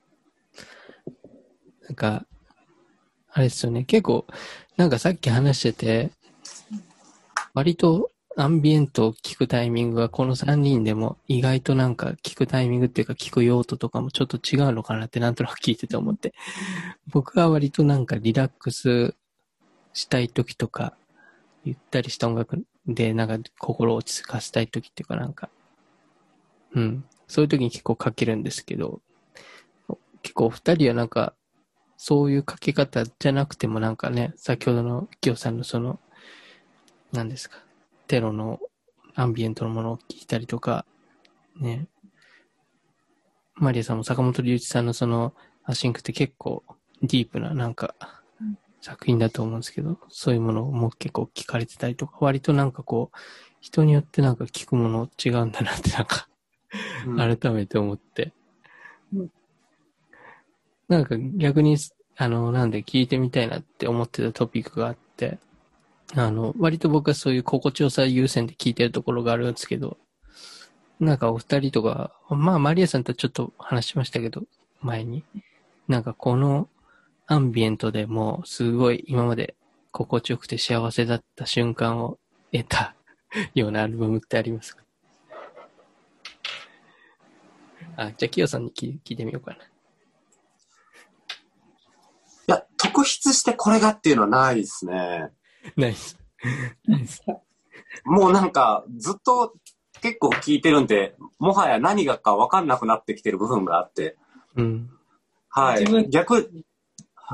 なんか、あれですよね。結構、なんかさっき話してて、割とアンビエントを聞くタイミングがこのさんにんでも意外となんか聞くタイミングっていうか聞く用途とかもちょっと違うのかなってなんとなく聞いてて思って。僕は割となんかリラックスしたい時とか、ゆったりした音楽でなんか心を落ち着かせたい時っていうかなんか、うん。そういう時に結構かけるんですけど、結構お二人はなんか、そういうかけ方じゃなくてもなんかね、先ほどのキヨさんのその、何ですか、テロのアンビエントのものを聞いたりとか、ね、マリアさんも坂本龍一さんのそのアシンクって結構ディープななんか作品だと思うんですけど、そういうものも結構聞かれてたりとか、割となんかこう、人によってなんか聞くもの違うんだなってなんか、うん、改めて思って、うん、なんか逆にあのなんで聞いてみたいなって思ってたトピックがあって、あの割と僕はそういう心地よさ優先で聞いてるところがあるんですけど、なんかお二人とか、まあマリアさんとちょっと話しましたけど前に、なんかこのアンビエントでもうすごい今まで心地よくて幸せだった瞬間を得たようなアルバムってありますか？あ、じゃあキヨさんに聞いてみようかな。 いや、特筆してこれがっていうのはないですね。 ないです。ないです。 もうなんかずっと結構聞いてるんで、もはや何がか分かんなくなってきてる部分があって。 うん。 はい。逆、はい。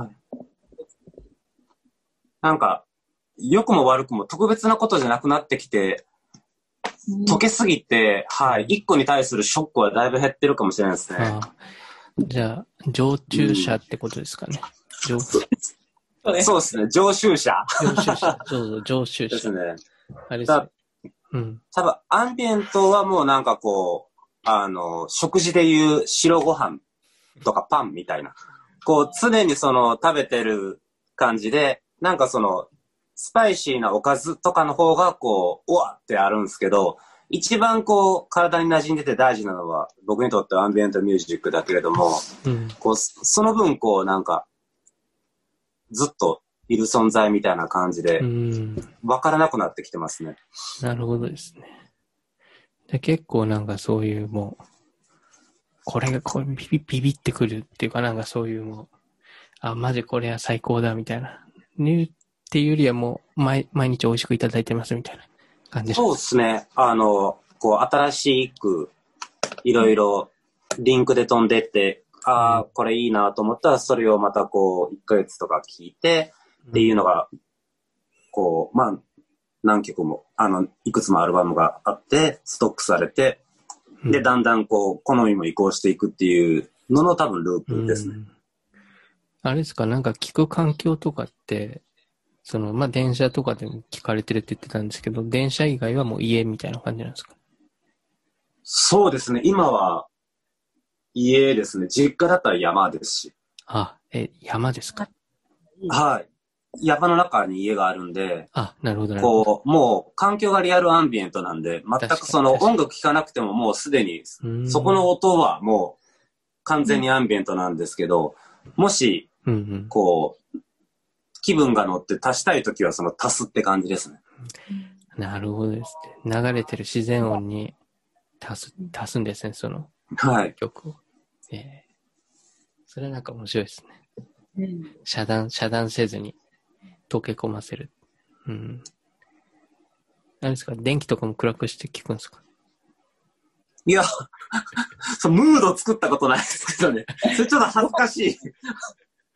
なんか、良くも悪くも特別なことじゃなくなってきて、溶けすぎて、はい。一個に対するショックはだいぶ減ってるかもしれないですね。 ああ、じゃあ、常駐者ってことですかね。うん、 そうですね。常習者。 常習者。そうそう、常習者。 ですね。 あれですね。うん。 多分、アンビエントはもうなんかこう、あの、食事でいう白ご飯とかパンみたいな。こう、常にその食べてる感じで、なんかその、スパイシーなおかずとかの方がこう、うわってあるんですけど、一番こう、体に馴染んでて大事なのは、僕にとってはアンビエントミュージックだけれども、うん、こう、その分こう、なんか、ずっといる存在みたいな感じで、わからなくなってきてますね。 なるほどですね。で結構なんかそういうもう、これがこうビビ、ビビってくるっていうかなんかそういうもう、あ、マジこれは最高だみたいな。ねっていうよりはもう毎、毎日美味しくいただいてますみたいな感じです。 そうですね。あの、こう新しくいろいろリンクで飛んでって、ああ、これいいなと思ったら、それをまたこう、いっかげつとか聞いて、っていうのが、こう、まあ、何曲も、あの、いくつもアルバムがあって、ストックされて、で、だんだんこう、好みも移行していくっていうのの多分ループですね。うん、 あれですか、なんか聞く環境とかって、その、まあ、電車とかでも聞かれてるって言ってたんですけど、電車以外はもう家みたいな感じなんですか？ そうですね、今は、家ですね。実家だったら山ですし。 あ、え、山ですか？ はい。山の中に家があるんで。 あ、なるほどなるほど。 こう、もう環境がリアルアンビエントなんで、全くその音楽聴かなくてももうすでに、そこの音はもう完全にアンビエントなんですけど、もし、こう、気分が乗って足したいときはその足すって感じですね。 なるほどですね。流れてる自然音に足す、足すんですね、その曲を。はいえー、それはなんか面白いですね。うん、遮断、遮断せずに溶け込ませる。うん。何ですか？電気とかも暗くして聞くんですか？ いや、そう、ムード作ったことないですけどね。それちょっと恥ずかしい。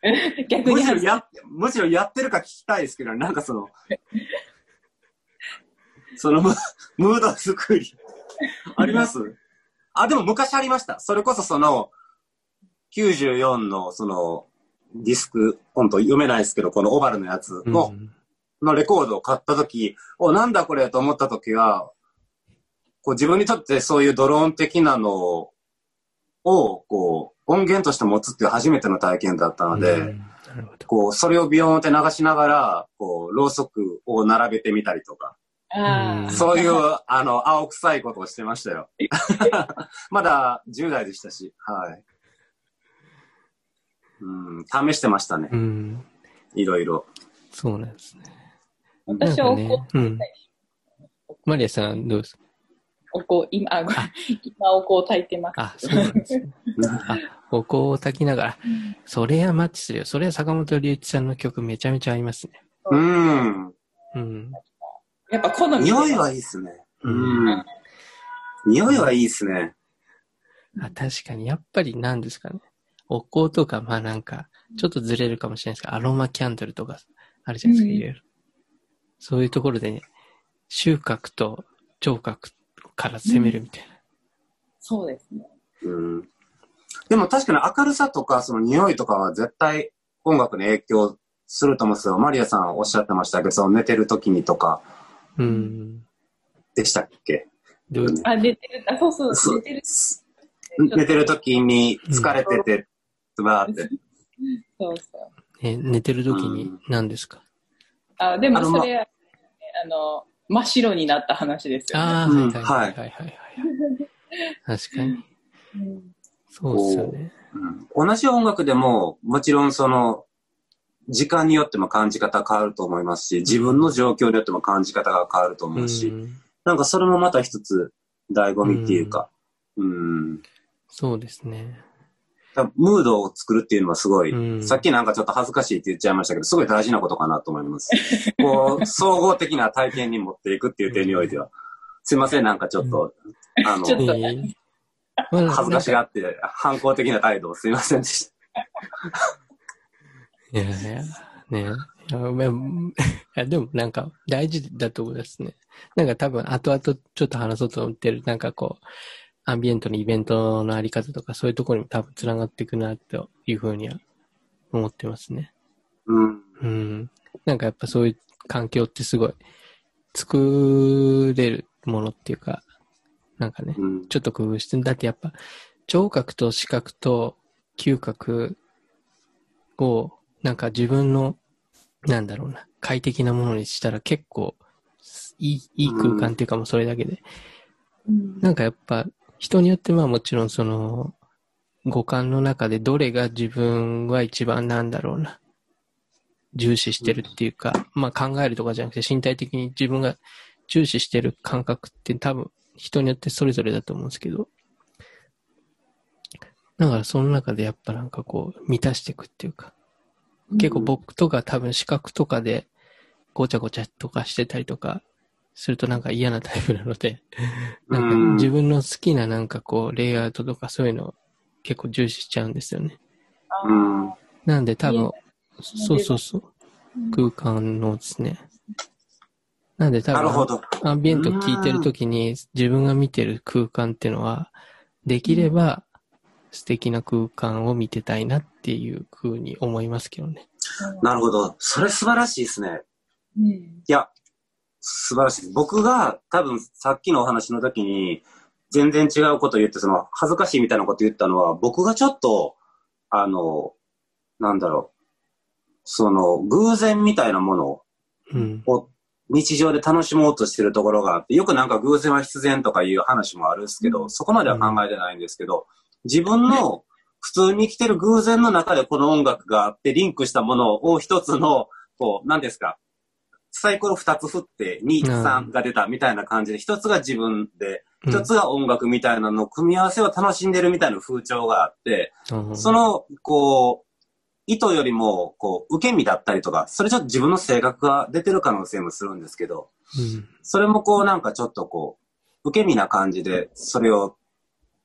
逆にむしろや、むしろやってるか聞きたいですけど、なんかその、そのム、ムード作り、ありますあ、でも昔ありました。それこそその、きゅうじゅうよんのその、ディスク、本当読めないですけど、このオバルのやつの、うん、のレコードを買ったとき、お、なんだこれと思ったときは、こう自分にとってそういうドローン的なのを、こう、音源として持つっていう初めての体験だったので、うん、こう、それをビヨーンって流しながら、こう、ろうそくを並べてみたりとか、 あそういう、あの、青臭いことをしてましたよ。まだじゅう代でしたし、はい。うん、試してましたね。うん、いろいろ。 そうなんですね。 私はお香、ね、うん。 マリアさんどうですか？ お香、今、あ、今お香を炊いてます。 あ、そうなんですね。あ、お香を炊きながら、それはマッチするよ。それは坂本龍一さんの曲めちゃめちゃ合いますね。 うん。 うん。 やっぱ好み。 匂いはいいっすね。うん。匂いはいいっすね。 あ、確かに、やっぱり何ですかね。お香とか、まあなんか、ちょっとずれるかもしれないですけど、アロマキャンドルとかあるじゃないですか、いろいろ。そういうところでね、収穫と聴覚から攻めるみたいな。 うん、そうですね。 うん。でも確かに明るさとか、その匂いとかは絶対音楽に影響すると思うんですよ。マリアさんおっしゃってましたけど、その寝てる時にとか。 うん。 でしたっけ？ どうあ、寝てる、あ、そうそう、そう寝てる。 寝てる時に疲れてて、うん、バーって。 そうそう。 え、寝てる時に何ですか？ うん、あ、でもそれ、あの、あの、真っ白になった話ですよね。 ああ、はいはいはいはいはい、はい。確かに。うん、そうですよね、 うん。同じ音楽でも、もちろんその、時間によっても感じ方変わると思いますし、自分の状況によっても感じ方が変わると思うし、うん、なんかそれもまた一つ醍醐味っていうか、うん、 そうですね。 ムードを作るっていうのはすごい、うん、さっきなんかちょっと恥ずかしいって言っちゃいましたけど、すごい大事なことかなと思います。こう、総合的な体験に持っていくっていう点においては。すいません、なんかちょっと、うん、あの、ちょっと恥ずかしがって、反抗的な態度をすいませんでした。 いやいや、ねいや、いやでもなんか大事だと思いますね。なんか多分後々ちょっと話そうと思ってる、なんかこう、アンビエントのイベントのあり方とかそういうところにも多分繋がっていくなというふうには思ってますね。 うん。 うん。なんかやっぱそういう環境ってすごい作れるものっていうか、なんかね、うん、ちょっと工夫して、だってやっぱ聴覚と視覚と嗅覚をなんか自分のなんだろうな、快適なものにしたら結構いい、いい空間っていうかもうそれだけで、うん、なんかやっぱ人によってまあもちろんその五感の中でどれが自分は一番なんだろうな重視してるっていうか、まあ考えるとかじゃなくて身体的に自分が重視してる感覚って多分人によってそれぞれだと思うんですけど、だからその中でやっぱなんかこう満たしていくっていうか、結構僕とか多分視覚とかでごちゃごちゃとかしてたりとかするとなんか嫌なタイプなので、なんか自分の好きななんかこうレイアウトとかそういうのを結構重視しちゃうんですよね。 うん、 なんで多分、そうそうそう、空間のですね。なんで多分、アンビエント聞いてるときに自分が見てる空間っていうのは、できれば素敵な空間を見てたいなっていう風に思いますけどね。 なるほど。それ素晴らしいですね。うん、いや、素晴らしいです。僕が多分さっきのお話の時に全然違うこと言って、その恥ずかしいみたいなこと言ったのは、僕がちょっと、あの、なんだろう、その偶然みたいなものを日常で楽しもうとしてるところがあって、よくなんか偶然は必然とかいう話もあるんですけど、そこまでは考えてないんですけど、自分の普通に生きてる偶然の中でこの音楽があってリンクしたものを一つの、こう、何ですか、サイコロ二つ振ってに、さんが出たみたいな感じで、一つが自分で、一つが音楽みたいなの組み合わせを楽しんでるみたいな風潮があって、うん、その、こう、意図よりも、こう、受け身だったりとか、それちょっと自分の性格が出てる可能性もするんですけど、うん、それもこうなんかちょっとこう、受け身な感じで、それを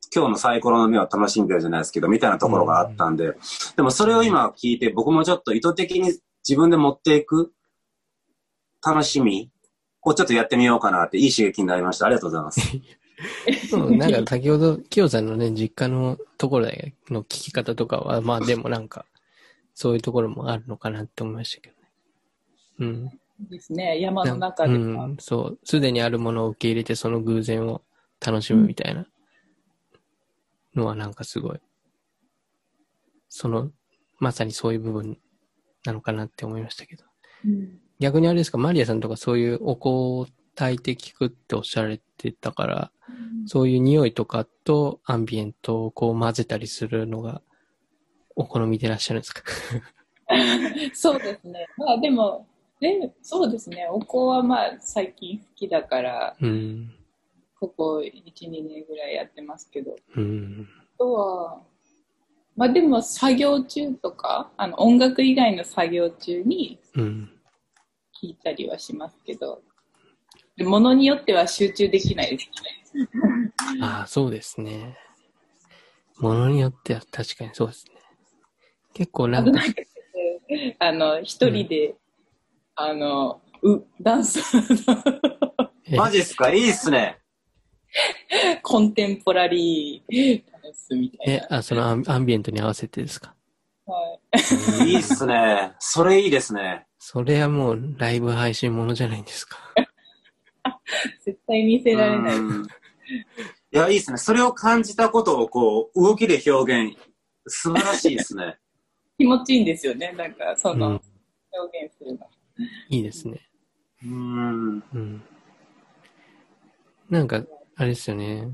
今日のサイコロの目を楽しんでるじゃないですけど、みたいなところがあったんで、うん、でもそれを今聞いて、僕もちょっと意図的に自分で持っていく楽しみをちょっとやってみようかなって、いい刺激になりました。ありがとうございます。 そう、なんか先ほど、きよさんのね、実家のところでの聞き方とかは、まあでもなんか、そういうところもあるのかなって思いましたけどね。うん。 ですね、山の中で。 うん、そう、すでにあるものを受け入れて、その偶然を楽しむみたいなのはなんかすごい、その、まさにそういう部分なのかなって思いましたけど。うん、逆にあれですか、マリアさんとかそういうお香を炊いて聞くっておっしゃられてたから、うん、そういう匂いとかとアンビエントをこう混ぜたりするのがお好みでいらっしゃるんですか？ そうですね。まあでも、でそうですね。お香はまあ最近好きだから、うん、ここいち、にねんぐらいやってますけど。うん、あとは、まあでも作業中とか、あの音楽以外の作業中に聞いたりはしますけど、でものによっては集中できないですね。 ああ、そうですね。ものによっては確かにそうですね。結構なんか。あ, なんかあの、一人で、うん、あの、う、ダンス。 マジっすか？いいっすね。 コンテンポラリーダンスみたいな。 え、あ、そのアン、アンビエントに合わせてですか？ はい。いいっすね。それいいですね。 それはもうライブ配信ものじゃないんですか。 絶対見せられない。 いや、いいっすね。それを感じたことをこう、動きで表現、素晴らしいですね。 気持ちいいんですよね。なんか、その、表現するの。 いいですね。 うーん。 うん。なんか、あれですよね。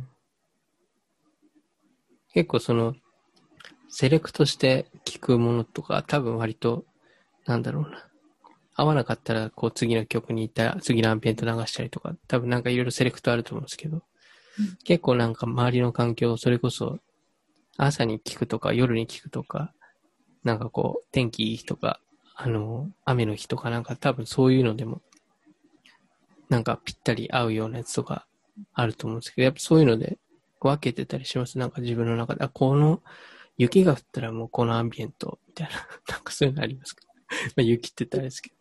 結構その、セレクトして聞くものとか、多分割と、なんだろうな。合わなかったら、こう次の曲に行ったら、次のアンビエント流したりとか、多分なんかいろいろセレクトあると思うんですけど、うん、結構なんか周りの環境、それこそ、朝に聞くとか、夜に聞くとか、なんかこう、天気いい日とか、あの、雨の日とかなんか多分そういうのでも、なんかぴったり合うようなやつとかあると思うんですけど、やっぱそういうので分けてたりします。なんか自分の中で、あ、この雪が降ったらもうこのアンビエントみたいな、なんかそういうのありますか？まあ雪って言ったらあれですけど。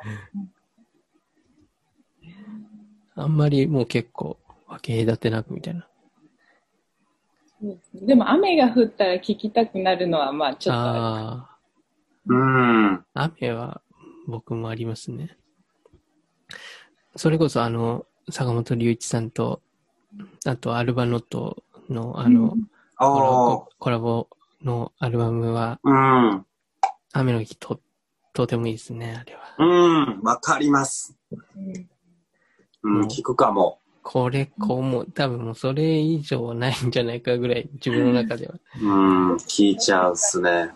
あんまりもう結構分け隔てなくみたいな。 でも雨が降ったら聞きたくなるのはまあちょっとある。 あうん。 雨は僕もありますね。それこそあの坂本龍一さんとあとアルバノットのあの、うん、コラボ、コラボのアルバムは、 うん、 雨の日ととてもいいですねあれは。 うん、わかります。うん、聞くかも。 これ、こうもう、多分もうそれ以上はないんじゃないかぐらい、自分の中では。 うん、聞いちゃうっすね。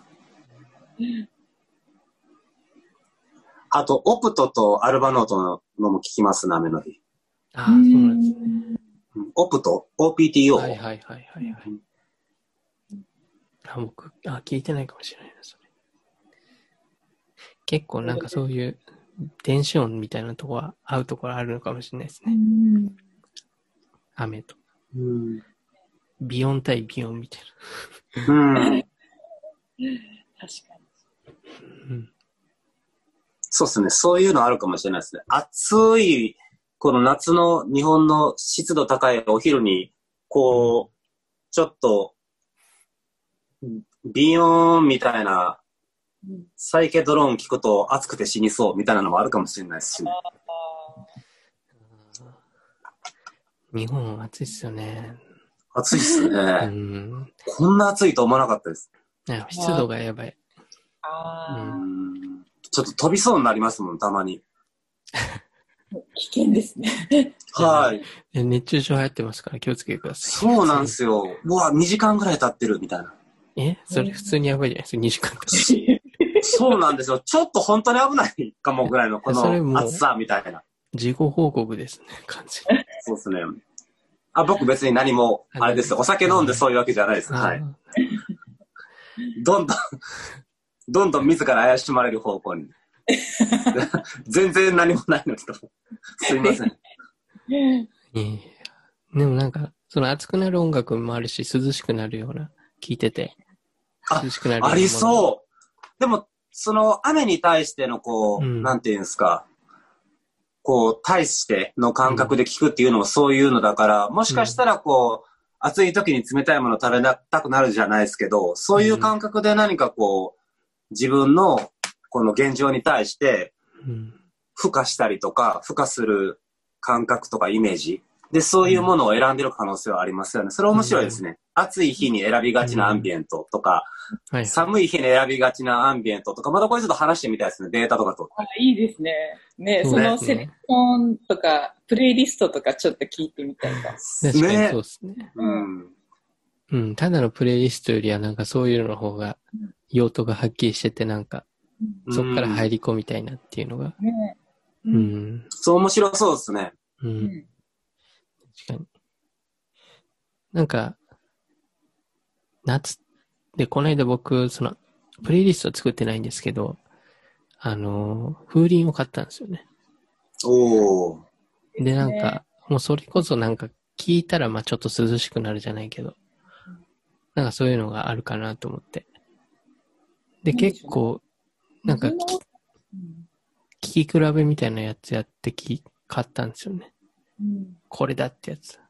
あと、オプトとアルバノートののも聞きますね、雨の日。 ああ、そうなんですね。 オプト ?オーピーティーオー? はいはいはいはい、はい。あ、僕、あ、聞いてないかもしれないな、それ。結構なんかそういう、電子音みたいなとこは合うところあるのかもしれないですね。雨と。 うん、 ビヨン対ビヨンみたいな。うん。確かに。 うん、そうですね。そういうのあるかもしれないですね。暑い、この夏の日本の湿度高いお昼に、こう、ちょっと、ビヨーンみたいな、サイケドローン聞くと暑くて死にそうみたいなのもあるかもしれないですしね。 日本暑いっすよね。 暑いっすね。うん、こんな暑いと思わなかったです。 湿度がやばい。 あうん、ちょっと飛びそうになりますもん、たまに。 危険ですね。 はい。 熱中症流行ってますから気をつけてください。 そうなんですよ。うわ、にじかんぐらい経ってるみたいな。 えそれ普通にやばいじゃないですか、にじかん経ってる。 そうなんですよ。ちょっと本当に危ないかもぐらいのこの暑さみたいな。 事後報告ですね、完全に。 そうですね。あ、僕別に何も、あれです。お酒飲んでそういうわけじゃないです。はい。どんどん、どんどん自ら怪しまれる方向に。全然何もないのにと。すいません。 いやいやでもなんか、 その熱くなる音楽もあるし、涼しくなるような、聴いてて、涼しくなるようなもの。 ありそう。でも、その雨に対してのこう、 うん、 なんていうんですか、こう、対しての感覚で聴くっていうのもそういうのだから、もしかしたらこう、暑い時に冷たいもの食べたくなるじゃないですけど、そういう感覚で何かこう、自分のこの現状に対して、付加したりとか、付加する感覚とかイメージで、そういうものを選んでる可能性はありますよね。それ面白いですね。暑い日に選びがちなアンビエントとか、はい、寒い日に選びがちなアンビエントとか、またこれちょっと話してみたいですね。データとかと。 あ、いいですね。ね、そのセレクションとか、プレイリストとかちょっと聞いてみたいか。 確かにそうですね。うん。うん、ただのプレイリストよりはなんかそういうのの方が用途がはっきりしててなんか、そっから入り込みたいなっていうのが。ね、 うん。うん、そう面白そうですね。 うん。確かに。なんか、夏で、この間僕、その、プレイリストは作ってないんですけど、あの、風鈴を買ったんですよね。 おー。 で、なんか、もうそれこそなんか、聞いたらまあちょっと涼しくなるじゃないけど、なんかそういうのがあるかなと思って。で、結構、なんか聞き、聞き比べみたいなやつやってき、買ったんですよね。うん、これだってやつ。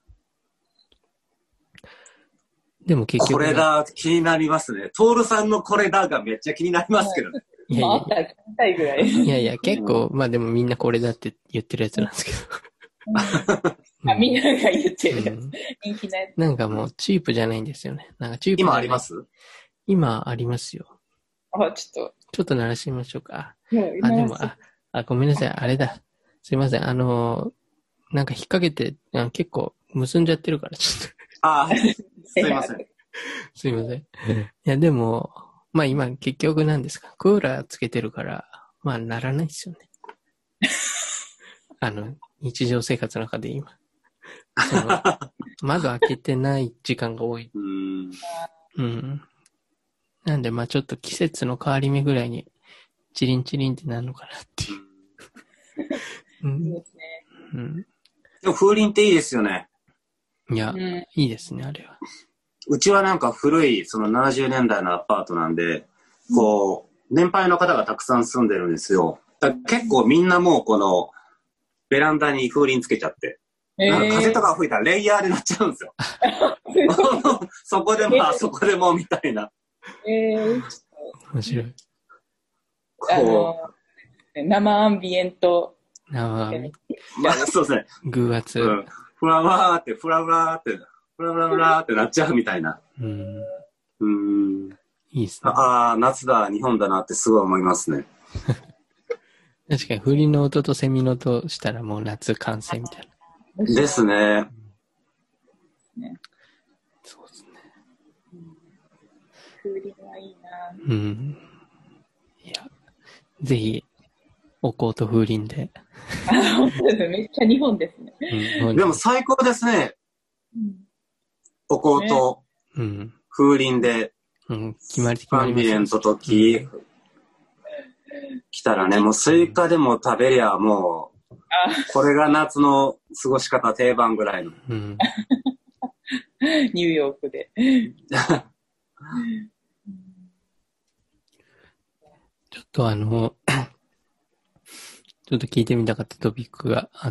でも結局。 これだ、気になりますね。トールさんのこれだがめっちゃ気になりますけどね。 いやいや、いやいや、結構、まあでもみんなこれだって言ってるやつなんですけど。 うん、あ、みんなが言ってるやつ。うん、人気なやつ。 なんかもうチープじゃないんですよね。なんかチープ今あります？ 今ありますよ。 あ、ちょっと。 ちょっと鳴らしてみましょうか。あ、でも、あ、あ、ごめんなさい。あれだ。すいません。あの、なんか引っ掛けて、あ結構結んじゃってるから、ちょっと。 あ、すいません。 すいません。いや、でも、まあ今結局なんですか。クーラーつけてるから、まあならないですよね。あの、日常生活の中で今。その窓開けてない時間が多い。 うんうん。なんでまあちょっと季節の変わり目ぐらいにチリンチリンってなるのかなっていう。うん、いいですね。うん。 でも風鈴っていいですよね。 いや、うん、いいですね、あれは。 うちはなんか古い、そのななじゅうねんだいのアパートなんで、こう、年配の方がたくさん住んでるんですよ。だから結構みんなもうこの、ベランダに風鈴つけちゃって。えー、なんか風とか吹いたらレイヤーでなっちゃうんですよ。そこでまあ、そこでもみたいな。 えー、 面白い。 あの、生アンビエント。 生アンビエント。 まあ、そうですね。 偶圧。 うん。ふらふらーって、ふらふらーって、ふらふらふらーってなっちゃうみたいな。 うん。 うん。 いいっすね。 ああ、夏だ、日本だなってすごい思いますね。 確かに、風鈴の音とセミの音したらもう夏完成みたいな。ですね。 ね、 そうですね。 風鈴はいいな。 うん。いや、ぜひ、お香と風鈴で。 あ、本当ですね。めっちゃ日本ですね。 うん、でも最高ですね。うん、お香と風鈴で、 うん、決まり決まりアンビエントと木、うん、来たらね、もうスイカでも食べりゃもう、これが夏の過ごし方定番ぐらいの。 うん、 ニューヨークで。 ちょっとあの、ちょっと聞いてみたかったトピックがあって、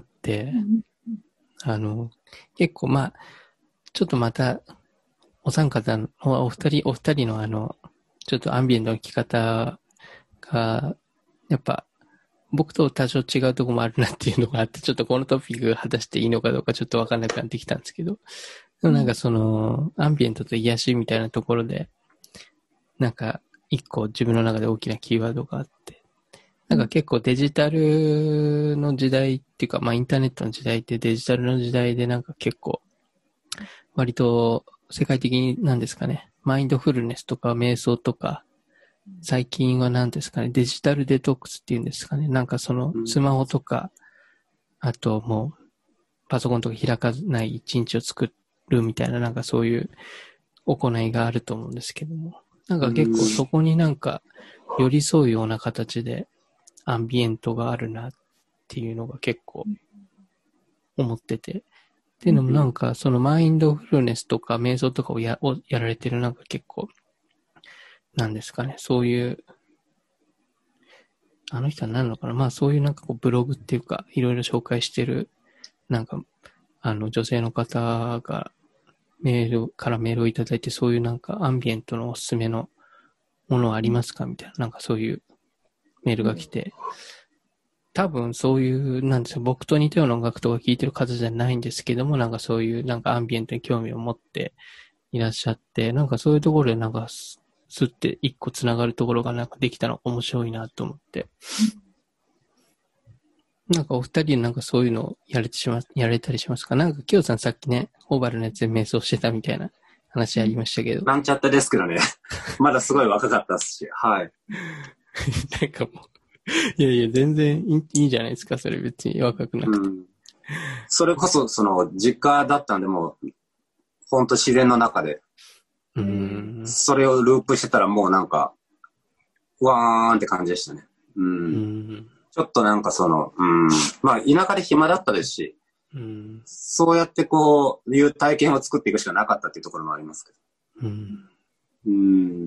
あの、結構まあ、ちょっとまた、お三方の、お二人、お二人のあの、ちょっとアンビエントの聞き方が、やっぱ、僕と多少違うところもあるなっていうのがあって、ちょっとこのトピックが果たしていいのかどうかちょっとわかんなくなってきたんですけど、でもなんかその、アンビエントと癒しみたいなところで、なんか、一個自分の中で大きなキーワードがあって、なんか結構デジタルの時代っていうか、まあインターネットの時代ってデジタルの時代でなんか結構、割と世界的に何ですかね、マインドフルネスとか瞑想とか、最近は何ですかね、デジタルデトックスっていうんですかね、なんかそのスマホとか、あともうパソコンとか開かない一日を作るみたいななんかそういう行いがあると思うんですけども、なんか結構そこになんか寄り添うような形でアンビエントがあるなっていうのが結構思ってて、 っていうのもなんか、そのマインドフルネスとか瞑想とかをやをやられてるなんか結構、なんですかね、そういう、あの人は何なのかな、まあそういうなんかこうブログっていうか、いろいろ紹介してる、なんか、あの女性の方がメールからメールをいただいて、そういうなんかアンビエントのおすすめのものはありますかみたいな、なんかそういうメールが来て、多分そういう、なんですよ、僕と似たような音楽とか聴いてる方じゃないんですけども、なんかそういうなんかアンビエントに興味を持っていらっしゃって、なんかそういうところでなんかすすって一個つながるところがなんかできたの面白いなと思って。なんかお二人なんかそういうのをやれてしま、やれたりしますか？なんかきよさんさっきね、オーバルのやつで瞑想してたみたいな話ありましたけど。 なんちゃってですけどね。まだすごい若かったし、はい。 なんかもう、いやいや、全然いい、いいじゃないですか、それ別に若くなくて。うん、 それこそ、その、実家だったんで、もう、ほんと自然の中で、 うん、 それをループしてたらもうなんか、わーんって感じでしたね。うん。うん、ちょっとなんかその、うん、まあ、田舎で暇だったですし、うん、そうやってこう、いう体験を作っていくしかなかったっていうところもありますけど。うん。うん、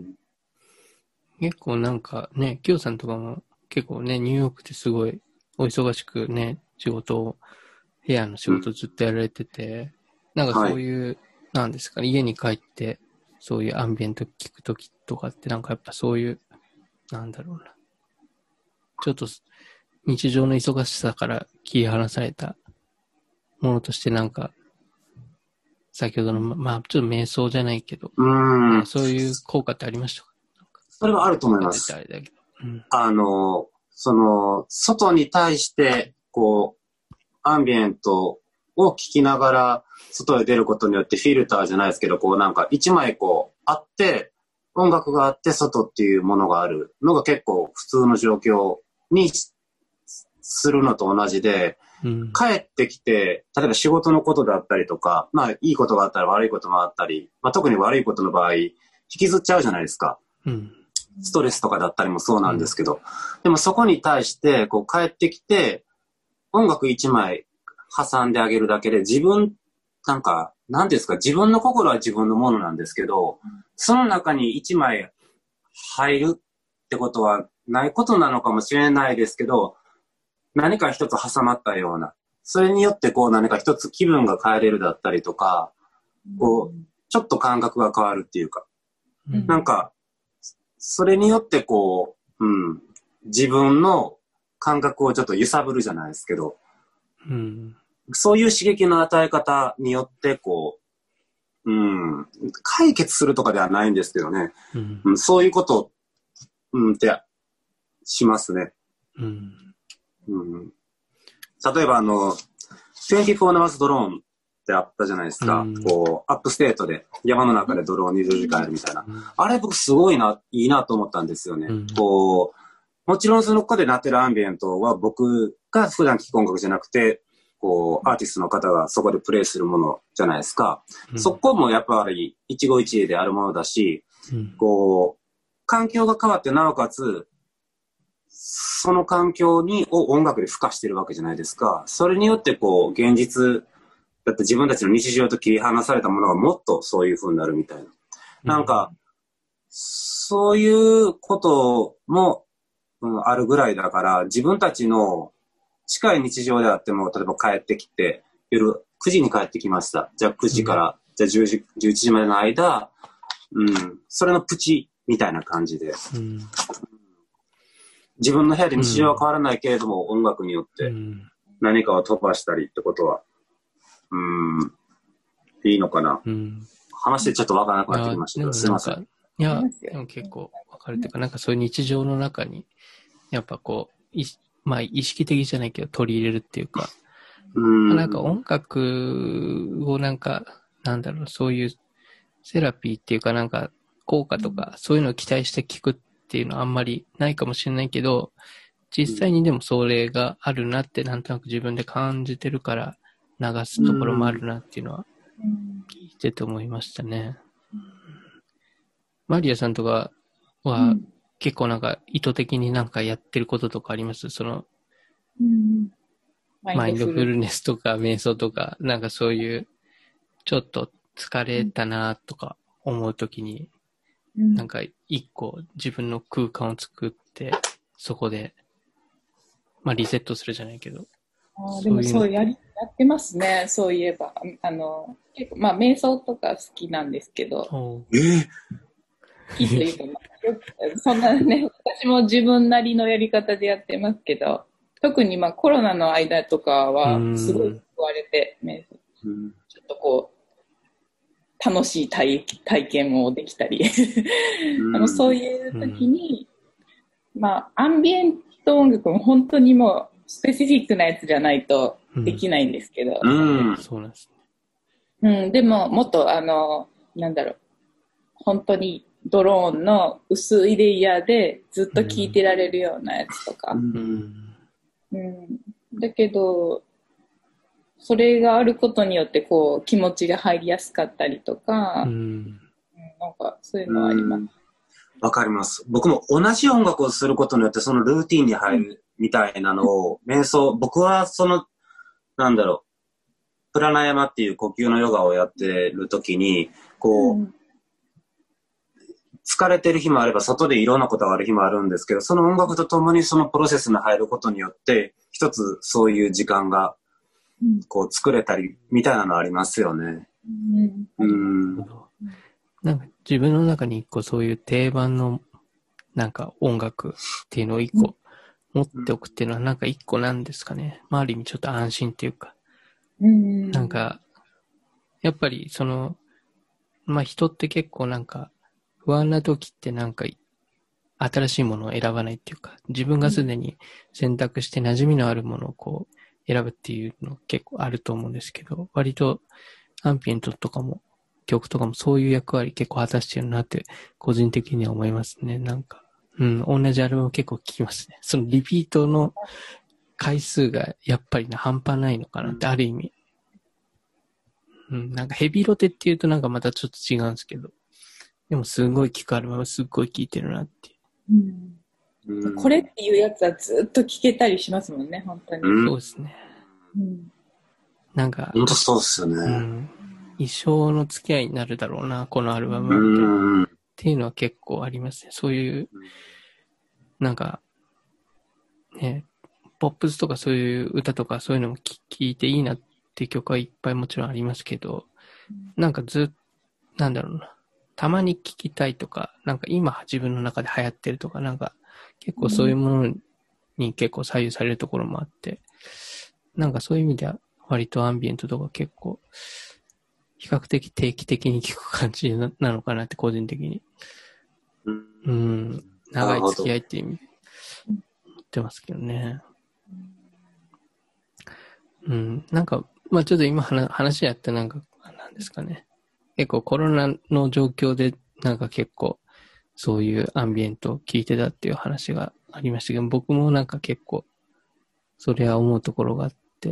結構なんかね、きよさんとかも結構ね、ニューヨークですごいお忙しくね、仕事を、部屋の仕事をずっとやられてて、うん、なんかそういう、はい、なんですかね、家に帰って、そういうアンビエント聞くときとかってなんかやっぱそういう、なんだろうな。ちょっと日常の忙しさから切り離されたものとしてなんか、先ほどの、まあちょっと瞑想じゃないけど、 うんそういう効果ってありましたか？ それはあると思います。あれだけど、うん、あの、その、外に対して、こう、アンビエントを聞きながら、外へ出ることによってフィルターじゃないですけど、こうなんか一枚こうあって、音楽があって外っていうものがあるのが結構普通の状況にするのと同じで、うん、帰ってきて、例えば仕事のことだったりとか、まあいいことがあったら悪いこともあったり、まあ特に悪いことの場合、引きずっちゃうじゃないですか。うん、ストレスとかだったりもそうなんですけど、うん、でもそこに対してこう帰ってきて、音楽一枚挟んであげるだけで自分、なんか、なんていうんですか、自分の心は自分のものなんですけど、その中に一枚入るってことはないことなのかもしれないですけど、何か一つ挟まったような、それによってこう何か一つ気分が変えれるだったりとか、こう、ちょっと感覚が変わるっていうか、うん、なんか、それによってこう、うん、自分の感覚をちょっと揺さぶるじゃないですけど、うん、そういう刺激の与え方によってこう、うん、解決するとかではないんですけどね、うんうん、そういうこと、うん、ってしますね、うんうん、例えばあのにじゅうよじかんドローンってあったじゃないですか、うん、こうアップステートで山の中でドローンにじゅうじかんやるみたいな、うん、あれ僕すごいないいなと思ったんですよね、うん、こうもちろんその子で鳴ってるアンビエントは僕が普段聴く音楽じゃなくて、こう、アーティストの方がそこでプレイするものじゃないですか。うん、そこもやっぱり一期一会であるものだし、うん、こう、環境が変わってなおかつ、その環境にを音楽で付加してるわけじゃないですか。それによってこう、現実、だって自分たちの日常と切り離されたものがもっとそういう風になるみたいな。うん、なんか、そういうことも、うん、あるぐらいだから、自分たちの近い日常であっても、例えば帰ってきて、夜くじに帰ってきました。じゃあくじから、うん、じゃあじゅうじ、じゅういちじまでの間、うん、それのプチみたいな感じで、うん、自分の部屋で日常は変わらないけれども、うん、音楽によって何かを飛ばしたりってことは、うん、いいのかな。うん、話でちょっとわからなくなってきましたけど、すいません。 いや、でも結構わかるっていうか、なんかそういう日常の中に、やっぱこう、いまあ意識的じゃないけど取り入れるっていうか、うんなんか音楽をなんか、なんだろう、そういうセラピーっていうかなんか効果とか、そういうのを期待して聞くっていうのはあんまりないかもしれないけど、実際にでもそれがあるなってなんとなく自分で感じてるから流すところもあるなっていうのは聞いてて思いましたね。マリアさんとかは結構なんか意図的になんかやってることとかあります？その、 うん、 マインドフルネスとか瞑想とか、なんかそういう、ちょっと疲れたなとか思うときに、うん、なんか一個自分の空間を作って、そこで、まあリセットするじゃないけど。 あでもそうやり、やってますね、そういえば。あの、結構、まあ瞑想とか好きなんですけど。 えー、 好きというか、まあ、そんなね、私も自分なりのやり方でやってますけど、特にまあコロナの間とかはすごい救われて、ね、ちょっとこう楽しい 体, 体験もできたりあのそういう時に、まあアンビエント音楽も本当にもうスペシフィックなやつじゃないとできないんですけど、 うんうん、そうなんですね。うん、でももっとあのなんだろう、本当にドローンの薄いレイヤーでずっと聴いてられるようなやつとか。うんうん、だけどそれがあることによってこう気持ちが入りやすかったりとか、うん、なんかそういうのはあります。 わかります。僕も同じ音楽をすることによってそのルーティンに入るみたいなのを、うん、瞑想、僕はそのなんだろうプラナヤマっていう呼吸のヨガをやってるときにこう、うん、疲れてる日もあれば外でいろんなことがある日もあるんですけど、その音楽とともにそのプロセスに入ることによって一つそういう時間がこう作れたりみたいなのありますよね。うん。 なんか自分の中に一個そういう定番のなんか音楽っていうのを一個持っておくっていうのはなんか一個なんですかね。まあある意味ちょっと安心っていうか、なんかやっぱりそのまあ人って結構なんか不安な時ってなんか新しいものを選ばないっていうか、自分がすでに選択して馴染みのあるものをこう選ぶっていうの結構あると思うんですけど、割とアンビエントとかも曲とかもそういう役割結構果たしてるなって個人的には思いますね。なんか、うん、同じアルバム結構聴きますね。そのリピートの回数がやっぱりな半端ないのかなってある意味。うん、なんかヘビロテっていうとなんかまたちょっと違うんですけど、でもすごい聴くアルバムすっごい聴いてるなっていう。 うんうん、これっていうやつはずっと聴けたりしますもんね、本当に。 うん、そうですね。うん、なんか、 本当そうですよね、うん。一生の付き合いになるだろうな、このアルバムは、うん。っていうのは結構ありますね。そういう、なんか、ね、ポップスとかそういう歌とかそういうのも聴いていいなっていう曲はいっぱいもちろんありますけど、なんかずっと、なんだろうな。たまに聴きたいとか、なんか今自分の中で流行ってるとか、なんか結構そういうものに結構左右されるところもあって、なんかそういう意味では割とアンビエントとか結構比較的定期的に聴く感じ な, なのかなって個人的に。うん。長い付き合いっていう意味で言ってますけどね。うん。なんか、まあちょっと今話やってなんか、なんですかね。結構コロナの状況でなんか結構そういうアンビエントを聞いてたっていう話がありましたけど、僕もなんか結構それは思うところがあって、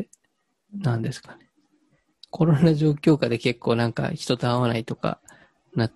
なんですかね。コロナ状況下で結構なんか人と会わないとかなって、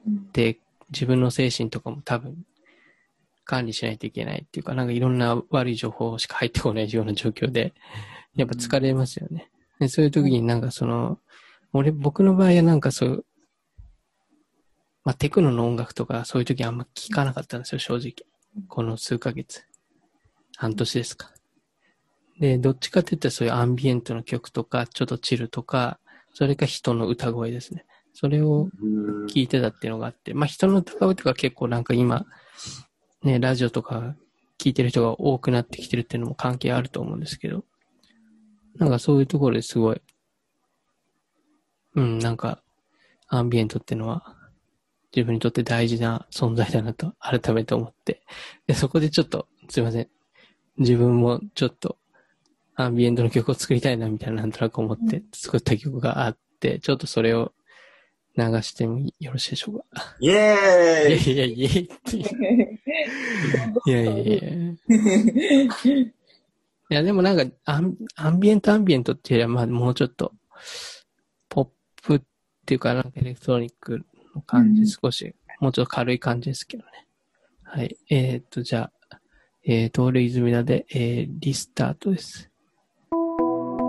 自分の精神とかも多分管理しないといけないっていうか、なんかいろんな悪い情報しか入ってこないような状況で、やっぱ疲れますよね。でそういう時になんかその、俺、僕の場合はなんかそう、まあ、テクノの音楽とかそういう時あんま聞かなかったんですよ、正直。この数ヶ月。半年ですか。で、どっちかって言ったらそういうアンビエントの曲とか、ちょっとチルとか、それか人の歌声ですね。それを聞いてたっていうのがあって、まあ人の歌声とか結構なんか今、ね、ラジオとか聞いてる人が多くなってきてるっていうのも関係あると思うんですけど、なんかそういうところですごい、うん、なんか、アンビエントっていうのは、自分にとって大事な存在だなと改めて思って、でそこでちょっと、すいません。自分もちょっと、アンビエントの曲を作りたいなみたいななんとなく思って作った曲があって、ちょっとそれを流してもよろしいでしょうか。 イエーイいやいやいやいやっていやいやいやいやでもなんかアン、アンビエントアンビエントっていうよりはまあもうちょっと、ポップっていうかなんかエレクトロニックの感じ、うん、少し、もうちょっと軽い感じですけどね。はい。えー、っと、じゃあ、えー、トールイズミラで、えー、リスタートです。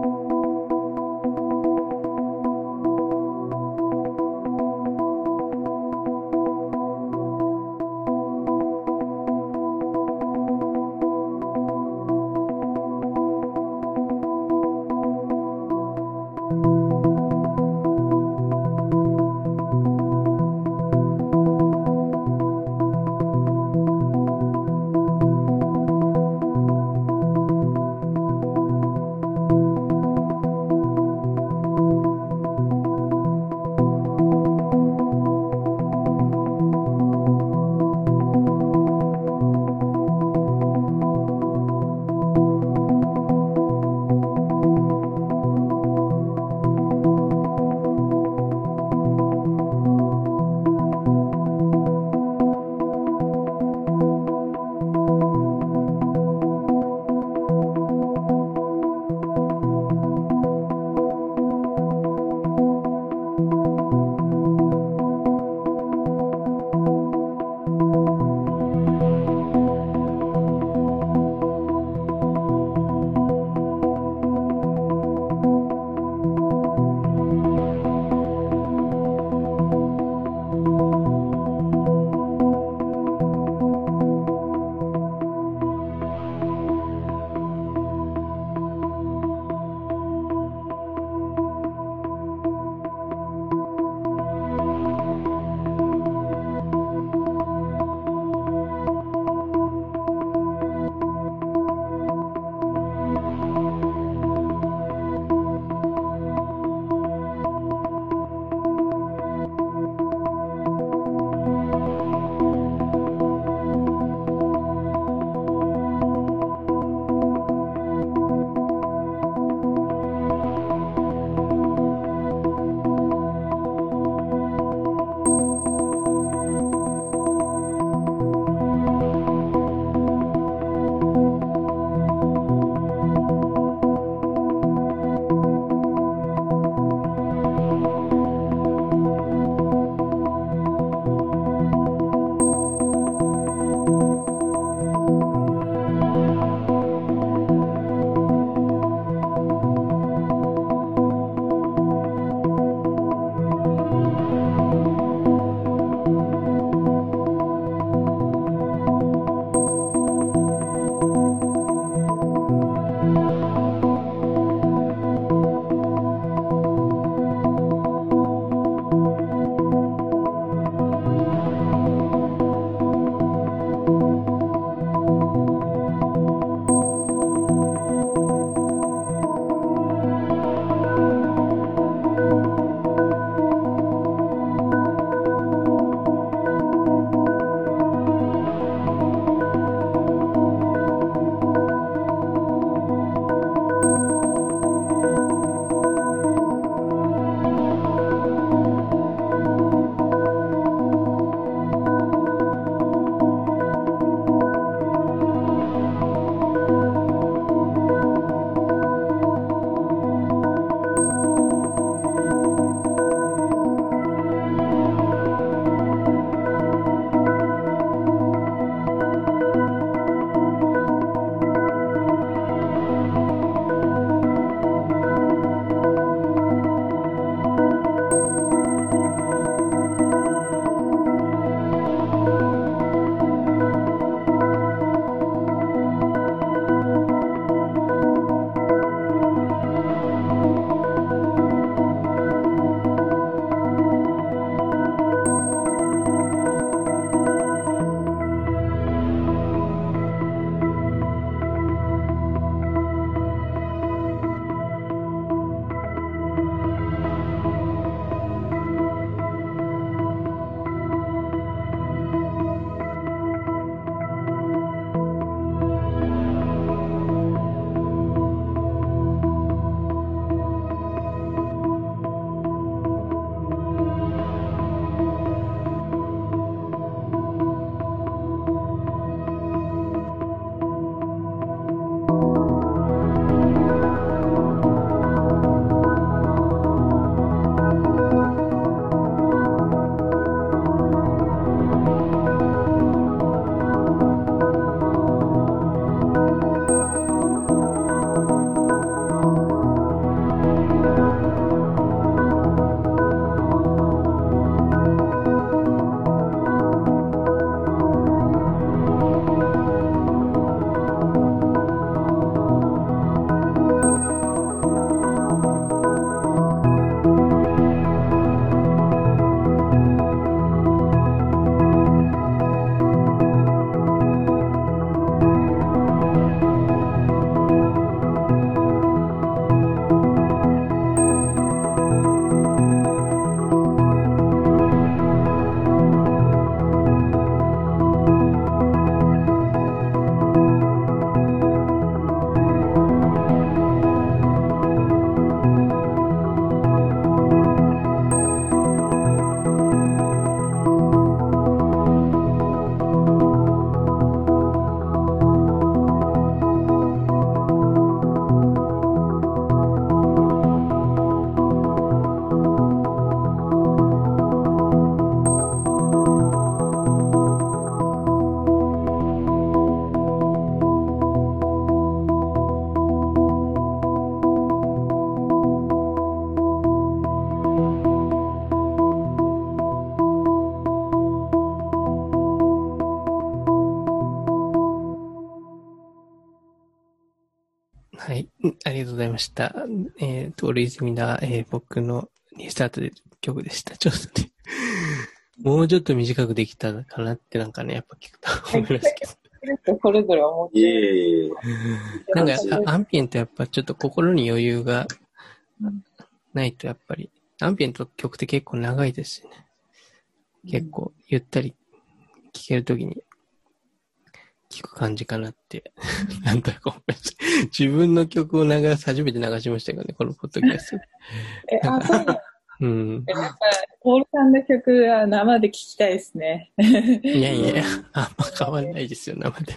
はい、ありがとうございました。えっ、ー、と、ルイズミナ、えー、僕のリスタートで曲でした。ちょっとね、もうちょっと短くできたかなってなんかね、やっぱ聞くと思いますけど。 それぞれ思って。 いえいえ。 なんか、アンピエントやっぱちょっと心に余裕がないとやっぱり、アンピエント曲って結構長いですしね。結構ゆったり聴けるときに聴く感じかなって、なんとなく思いました。自分の曲を流す、初めて流しましたけどね、このポッドキャスト。 え、あ、そうだ。 うん。 やっぱ、ポールさんの曲は生で聴きたいですね。 いやいや、あんま変わんないですよ、生で。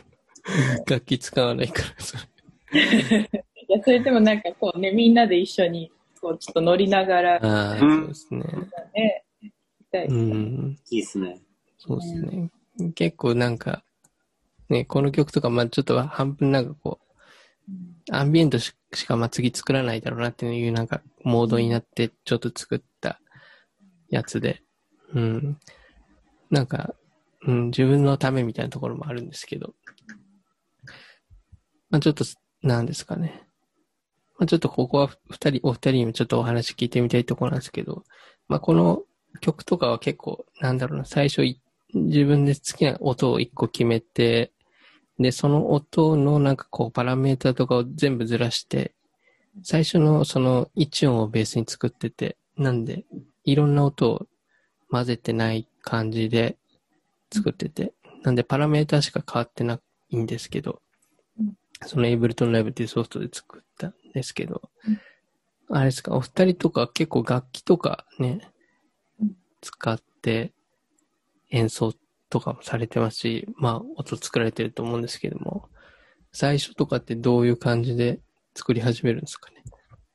楽器使わないから、それ。 いや、それでもなんかこうね、みんなで一緒に、こう、ちょっと乗りながら、 ああ、そうですね。 ね、行きたいですね。 うん。いいですね。 そうですね。うん、結構なんか、ね、この曲とか、まあちょっと半分なんかこう、アンビエントしかまあ次作らないだろうなっていうなんかモードになってちょっと作ったやつで、うん。なんか、うん、自分のためみたいなところもあるんですけど、まあちょっと、なんですかね。まあちょっとここは二人、お二人にもちょっとお話聞いてみたいところなんですけど、まあこの曲とかは結構、なんだろうな、最初自分で好きな音を一個決めて、で、その音のなんかこうパラメータとかを全部ずらして、最初のその一音をベースに作ってて、なんで、いろんな音を混ぜてない感じで作ってて、なんでパラメータしか変わってないんですけど、その Ableton Live っていうソフトで作ったんですけど、あれですか、お二人とか結構楽器とかね、使って演奏とかもされてますし、まあ音作られてると思うんですけども、最初とかってどういう感じで作り始めるんですかね。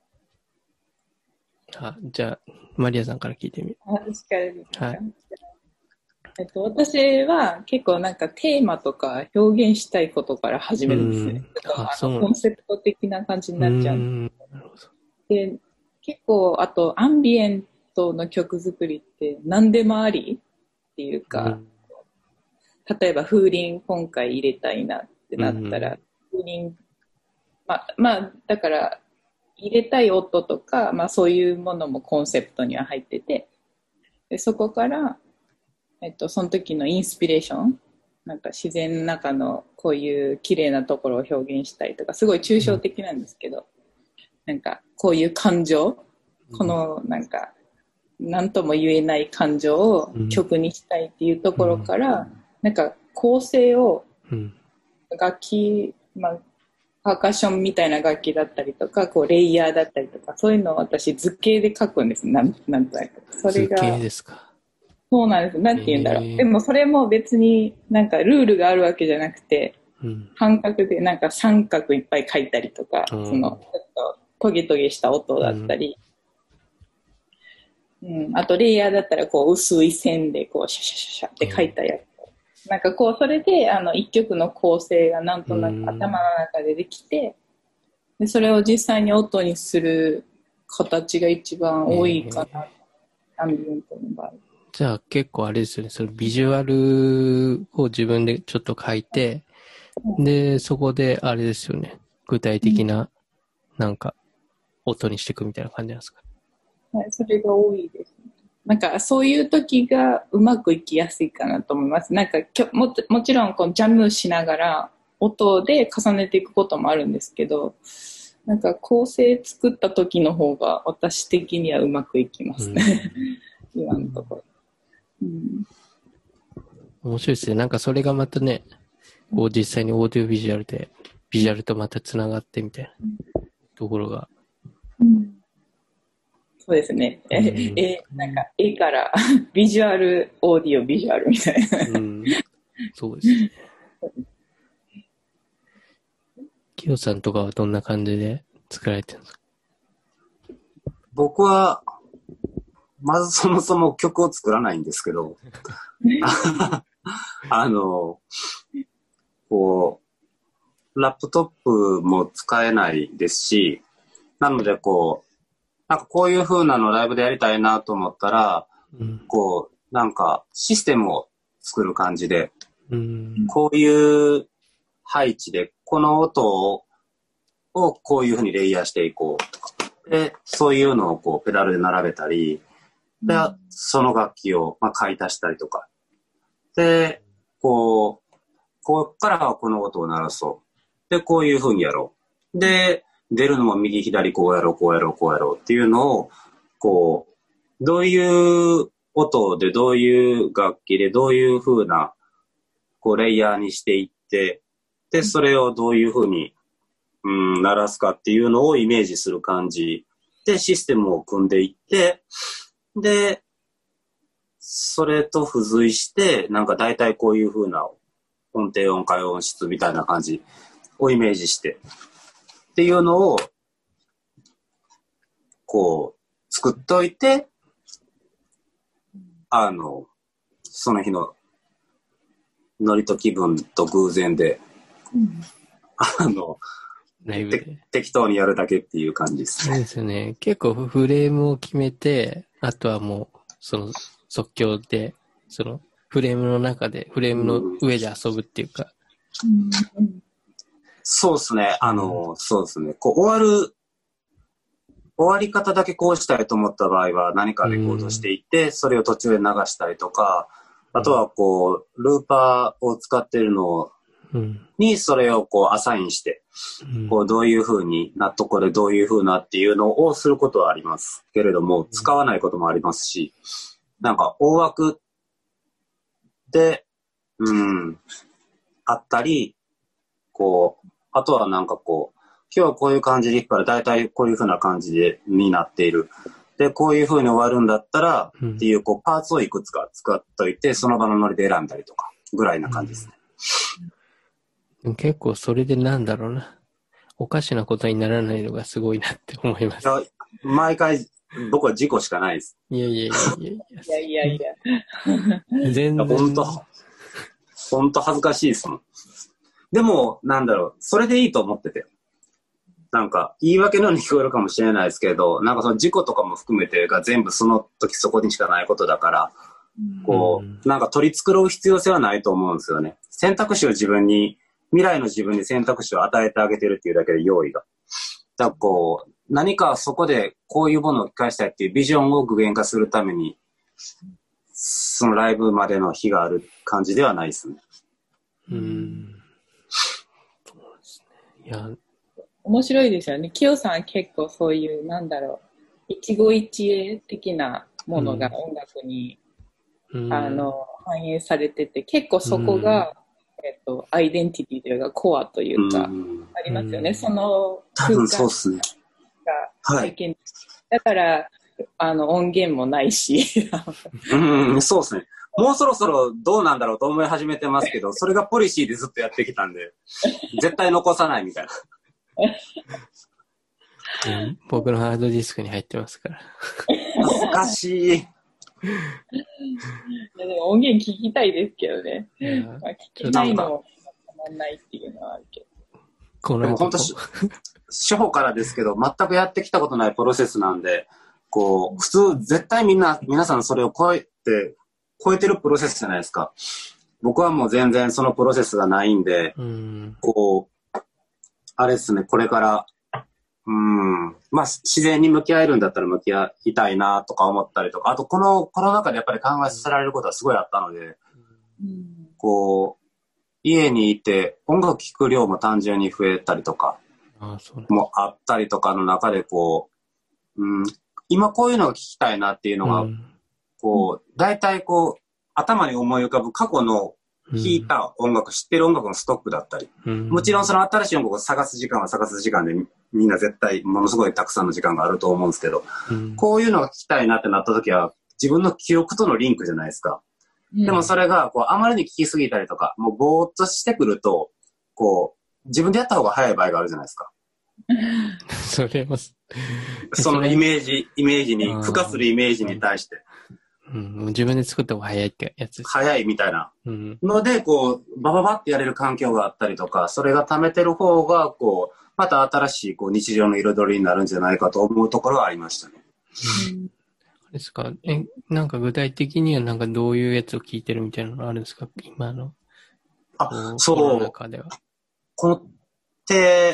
あ、じゃあ、マリアさんから聞いてみる。 私からですか。 はい。 えっと、私は結構なんかテーマとか表現したいことから始めるんですね。ちょっとあのコンセプト的な感じになっちゃう。うんなるほど。で、結構、あとアンビエントの曲作りって何でもありっていうか、うん、例えば風鈴今回入れたいなってなったら、風鈴、まあ、まあ、だから入れたい音とか、まあそういうものもコンセプトには入ってて、でそこから、えっと、その時のインスピレーション、なんか自然の中のこういう綺麗なところを表現したいとか、すごい抽象的なんですけど、うん、なんかこういう感情、このなんか何とも言えない感情を曲にしたいっていうところから、うん、なんか構成を楽器、まあ、パーカッションみたいな楽器だったりとか、こうレイヤーだったりとか、そういうのを私図形で書くんです。なん、なんとなく。それが。 図形ですか。 そうなんです。なんて言うんだろう。えー、でもそれも別になんかルールがあるわけじゃなくて、うん、感覚でなんか三角いっぱい書いたりとか、うん、そのちょっとトゲトゲした音だったり、うんうん、あとレイヤーだったらこう薄い線でこうシャシャシャシャって書いたやつ。うん、なんかこうそれであの一曲の構成がなんとなく頭の中でできて、でそれを実際に音にする形が一番多いかな、えー、アンビエントの場合。 じゃあ結構あれですよね、そのビジュアルを自分でちょっと書いて、うん、で、そこであれですよね、具体的ななんか音にしていくみたいな感じなんですか、 はい、それが多いですね。なんかそういう時がうまくいきやすいかなと思います。なんかも、もちろんこうジャムしながら音で重ねていくこともあるんですけど、なんか構成作った時の方が私的にはうまくいきますね。うん、今のところ。うん、 面白いですね。なんかそれがまたね、こう実際にオーディオビジュアルで、ビジュアルとまたつながってみたいなところが。 うん、そうですね。うん、え、なんか絵からビジュアル、オーディオ、ビジュアルみたいな。うん、 そうですね。キヨさんとかはどんな感じで作られてるんですか？ 僕は、まずそもそも曲を作らないんですけど、あの、こう、ラップトップも使えないですし、なのでこう、なんかこういう風なのライブでやりたいなと思ったら、うん、こう、なんかシステムを作る感じで、うん、こういう配置で、この音を、をこういう風にレイヤーしていこうとか、で、そういうのをこうペダルで並べたり、で、その楽器を、まあ、買い足したりとか。で、こう、こっからはこの音を鳴らそう。で、こういう風にやろう。で、出るのも右左こうやろう、こうやろう、こうやろうっていうのを、こう、どういう音で、どういう楽器で、どういう風な、こう、レイヤーにしていって、で、それをどういう風に、うん、鳴らすかっていうのをイメージする感じで、システムを組んでいって、で、それと付随して、なんか大体こういう風な音程音階音質みたいな感じをイメージしてっていうのをこう作っといて、あのその日のノリと気分と偶然で、うん、あのライブで適当にやるだけっていう感じですね。 そうですよね。結構フレームを決めて、あとはもうその即興でそのフレームの中でフレームの上で遊ぶっていうか。 うん、そうですね。あの、そうですね。こう終わる終わり方だけこうしたいと思った場合は何かレコードしていって、うん、それを途中で流したりとか、あとはこうルーパーを使ってるのにそれをこうアサインして、うん、こうどういう風になっとこでどういう風なっていうのをすることはありますけれども、使わないこともありますし、なんか大枠で、うん、あったり、こう、あとはなんかこう、今日はこういう感じでいくから大体こういう風な感じでになっている。で、こういう風に終わるんだったら、うん、っていうこうパーツをいくつか使っといて、その場のノリで選んだりとか、ぐらいな感じですね。 うん、結構それでなんだろうな。おかしなことにならないのがすごいなって思います。 毎回、僕は事故しかないです。 いやいやいやいや。 いやいやいや。全然。 本当本当恥ずかしいですもん。でも、なんだろう、それでいいと思ってて。なんか、言い訳のように聞こえるかもしれないですけど、なんかその事故とかも含めてが全部その時そこにしかないことだから、こう、なんか取り繕う必要性はないと思うんですよね。選択肢を自分に、未来の自分に選択肢を与えてあげてるっていうだけで用意が。だからこう、何かそこでこういうものを置き換えしたいっていうビジョンを具現化するために、そのライブまでの日がある感じではないですね。 うーん。そうですね。いや、 面白いですよね。キヨさんは結構そういう、なんだろう、一期一会的なものが音楽に、うん、あの反映されてて、結構そこが、うん、えっと、アイデンティティというか、コアというか、うん、ありますよね。その空間が体験、はい、だから、あの音源もないし。 うん、そうですね。もうそろそろどうなんだろうと思い始めてますけど、それがポリシーでずっとやってきたんで、絶対残さないみたいな。 うん、僕のハードディスクに入ってますから。 恥ずかしい。いやでも音源聞きたいですけどね。まあ、聞きたいのもたまんないっていうのはあるけど。 このでも本当初歩からですけど、全くやってきたことないプロセスなんで、こう普通絶対みんな皆さんそれを超えて超えてるプロセスじゃないですか。僕はもう全然そのプロセスがないんで、うん、こうあれですね、これから、うん、まあ自然に向き合えるんだったら向き合いたいなとか思ったりとか、あとこのコロナ禍でやっぱり考えさせられることはすごいあったので、うん、こう家にいて音楽聴く量も単純に増えたりとかもあったりとかの中でこう、うん、今こういうのが聞きたいなっていうのが、うん、こう大体こう頭に思い浮かぶ過去の弾いた音楽、うん、知ってる音楽のストックだったり、うん、もちろんその新しい音楽を探す時間は探す時間でみんな絶対ものすごいたくさんの時間があると思うんですけど、うん、こういうのが聞きたいなってなった時は自分の記憶とのリンクじゃないですか。うん、でもそれがこうあまりに聞きすぎたりとか、もうぼーっとしてくると、こう自分でやった方が早い場合があるじゃないですか。 それはそのイメージ、イメージに、付加するイメージに対して。 うん、自分で作った方が早いってやつです。 早いみたいな。ので、こう、バババってやれる環境があったりとか、それが溜めてる方が、こう、また新しいこう日常の彩りになるんじゃないかと思うところはありましたね。 うん、ですか。え、なんか具体的にはなんかどういうやつを聞いてるみたいなのあるんですか、今の。 あ、そう。コロナ禍では。このって、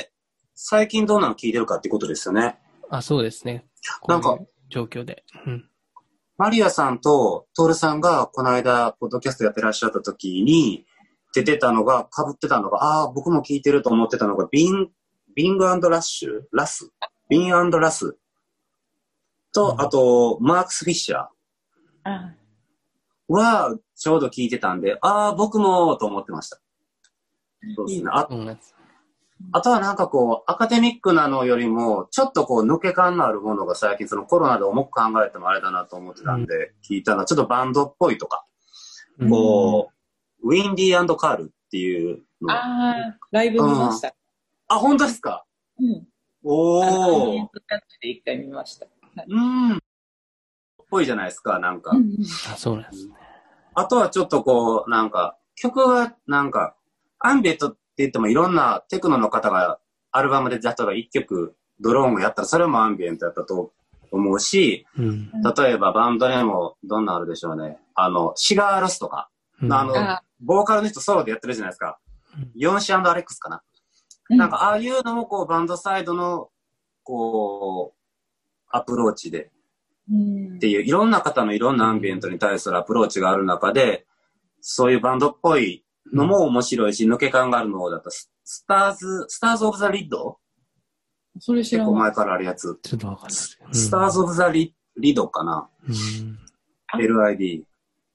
最近どんなの聞いてるかってことですよね。 あ、そうですね。こういうなんか、状況で。うん。 マリアさんとトールさんがこの間、ポッドキャストやってらっしゃった時に、出てたのが、被ってたのが、ああ、僕も聞いてると思ってたのが、ビン、ビング&ラッシュラスビン&ラスと、うん、あと、マークス・フィッシャーは、ちょうど聞いてたんで、ああ、僕も、と思ってました。そうですね。あ、うん、あとはなんかこう、アカデミックなのよりも、ちょっとこう、抜け感のあるものが最近、そのコロナで重く考えてもあれだなと思ってたんで、うん、聞いたのは、ちょっとバンドっぽいとか、うん、こう、ウィンディー&カールってっていうの。 ああ、ライブ見ました。 あ、本当ですか？ うん。 おー。 アンビエントキャッチで一回見ました。はい、 うん。っぽいじゃないですか、なんか。 うんうん、あ、そうなんですね。 あとはちょっとこう、なんか、曲が、なんか、アンビエントって言ってもいろんなテクノの方がアルバムで、例えば一曲ドローンをやったらそれもアンビエントやったと思うし、うん、例えばバンドでもどんなあるでしょうね。あの、シガーロスとか、うん、あの、あボーカルの人ソロでやってるじゃないですか。うん、ヨンシー&アレックスかな。うん、なんかああいうのもこうバンドサイドのこう、アプローチで、うん、っていういろんな方のいろんなアンビエントに対するアプローチがある中で、そういうバンドっぽいのも面白いし、抜け感があるのだったスターズ、スターズ・オブ・ザ・リッド、 それ知らない。 結構前からあるやつ。 ちょっとわかんない。 スターズ・オブ・ザ・リッドかな、うん、エルアイディー。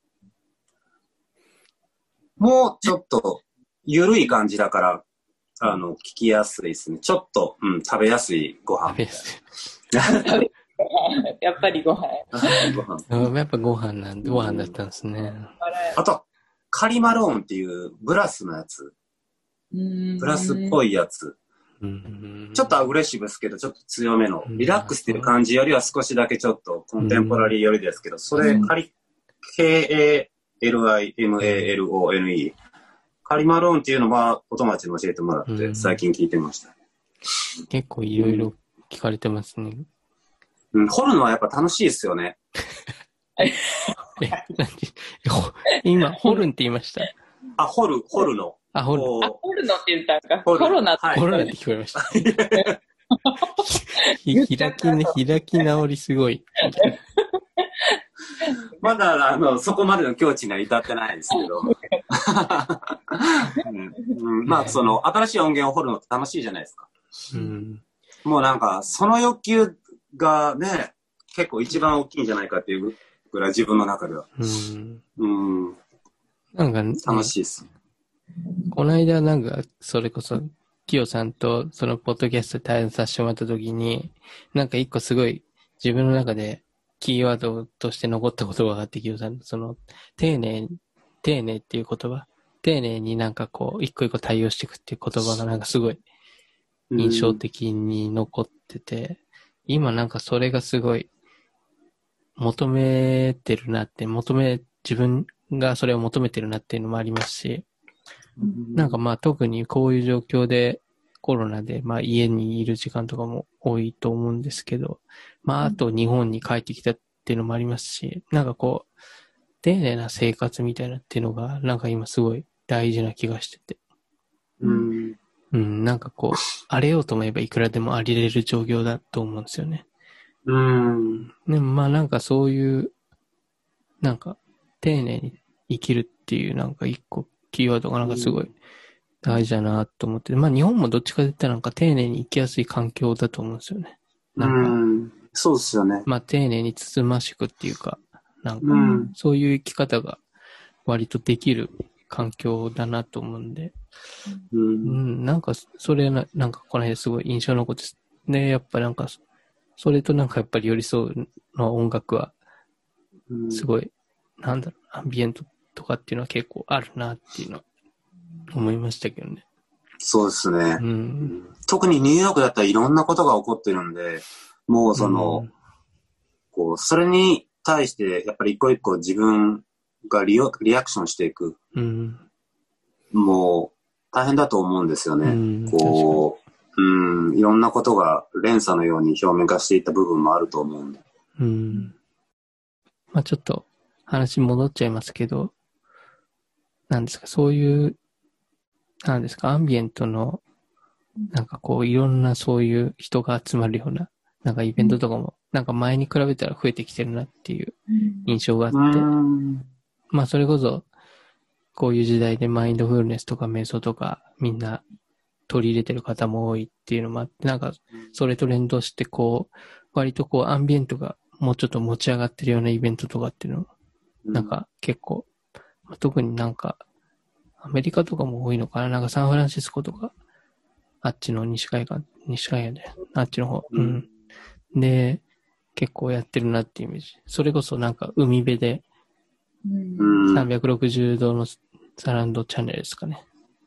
もうちょっと緩い感じだから、あの、聞きやすいですね。ちょっと、うん、食べやすいご飯。 やっぱりご飯。 ご飯。 やっぱご飯なんで、ご飯だったんですね。 あと、カリマローンっていうブラスのやつ。ブラスっぽいやつ。ちょっとアグレッシブですけど、ちょっと強めの。リラックスっていう感じよりは少しだけちょっとコンテンポラリーよりですけど、それ、カリ、ケーエーエルアイエムエーエルオーエヌイー。カリマローンっていうのはお友達に教えてもらって最近聞いてました。 結構いろいろ聞かれてますね。 うん、掘るのはやっぱ楽しいですよね。 え、今、掘るんって言いました。 あ、掘る、掘るの。 あ、掘る。あ、掘るのって言ったんか。コロナって、 はい、コロナって聞こえました。開きね、開き直りすごい。 まだ、あの、そこまでの境地には至ってないですけど。うんうん、まあ、その、新しい音源を掘るのって楽しいじゃないですか。うん、もうなんか、その欲求がね、結構一番大きいんじゃないかっていうぐらい自分の中では。うん。うん、 なんか、ね、 楽しいです。 この間なんか、それこそ、キヨさんとそのポッドキャストで対談させてもらった時に、なんか一個すごい自分の中でキーワードとして残った言葉があって、キヨさん、その、丁寧、丁寧っていう言葉、丁寧になんかこう、一個一個対応していくっていう言葉がなんかすごい印象的に残ってて、うん、今なんかそれがすごい求めてるなって、求め、自分がそれを求めてるなっていうのもありますし、なんかまあ特にこういう状況でコロナでまあ家にいる時間とかも多いと思うんですけど、まああと日本に帰ってきたっていうのもありますし、なんかこう丁寧な生活みたいなっていうのがなんか今すごい大事な気がしてて。うん。うん、なんかこう、荒れようと思えばいくらでも荒れれる状況だと思うんですよね。うん。でもまあなんかそういう、なんか丁寧に生きるっていうなんか一個キーワードがなんかすごい大事だなと思って、うん、まあ日本もどっちかと言ったらなんか丁寧に生きやすい環境だと思うんですよね。なんか、うん、 そうですよね。 まあ丁寧につつましくっていうか、なんか、そういう生き方が割とできる環境だなと思うんで、うん、うん、なんかそれな、なんかこの辺すごい印象残ってね、やっぱなんか、それとなんかやっぱり寄り添うの音楽は、すごい、うん、なんだろう、アンビエントとかっていうのは結構あるなっていうのは思いましたけどね。 そうですね。うん、特にニューヨークだったらいろんなことが起こってるんで、もうその、うん、こう、それに対してやっぱり一個一個自分がリオリアクションしていく、うん、もう大変だと思うんですよね。うん、こう、うん、いろんなことが連鎖のように表面化していった部分もあると思うんで。うん、 まあちょっと話戻っちゃいますけど、なんですか、そういう、なんですか、アンビエントの、なんかこう、いろんなそういう人が集まるような、なんかイベントとかも、なんか前に比べたら増えてきてるなっていう印象があって、まあそれこそ、こういう時代でマインドフルネスとか瞑想とかみんな取り入れてる方も多いっていうのもあって、なんかそれと連動してこう、割とこうアンビエントがもうちょっと持ち上がってるようなイベントとかっていうの、なんか結構、特になんか、アメリカとかも多いのかな、なんかサンフランシスコとか、あっちの西海岸、西海岸で、あっちの方、うん。で、結構やってるなっていうイメージ。それこそなんか海辺で、さんびゃくろくじゅうどのサラウンドチャンネルですかね。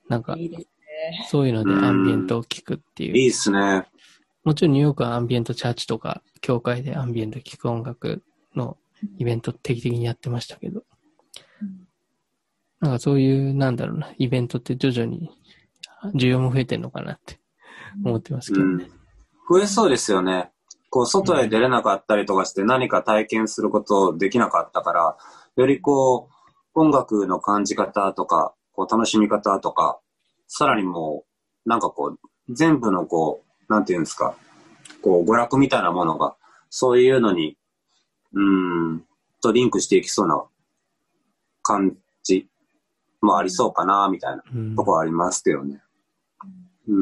なんか、 いいですね。 そういうのでアンビエントを聞くっていう。 いいっすね。 もちろんニューヨークはアンビエントチャーチとか、教会でアンビエント聞く音楽のイベント定期的にやってましたけど、 うん、 なんかそういう、なんだろうな、イベントって徐々に需要も増えてんのかなって思ってますけどね。 うん、増えそうですよね。こう、外へ出れなかったりとかして何か体験することできなかったから、よりこう、音楽の感じ方とか、こう、楽しみ方とか、さらにもう、なんかこう、全部のこう、なんていうんですか、こう、娯楽みたいなものが、そういうのに、うーん、とリンクしていきそうな感じもありそうかな、みたいなところありますけどね。うん。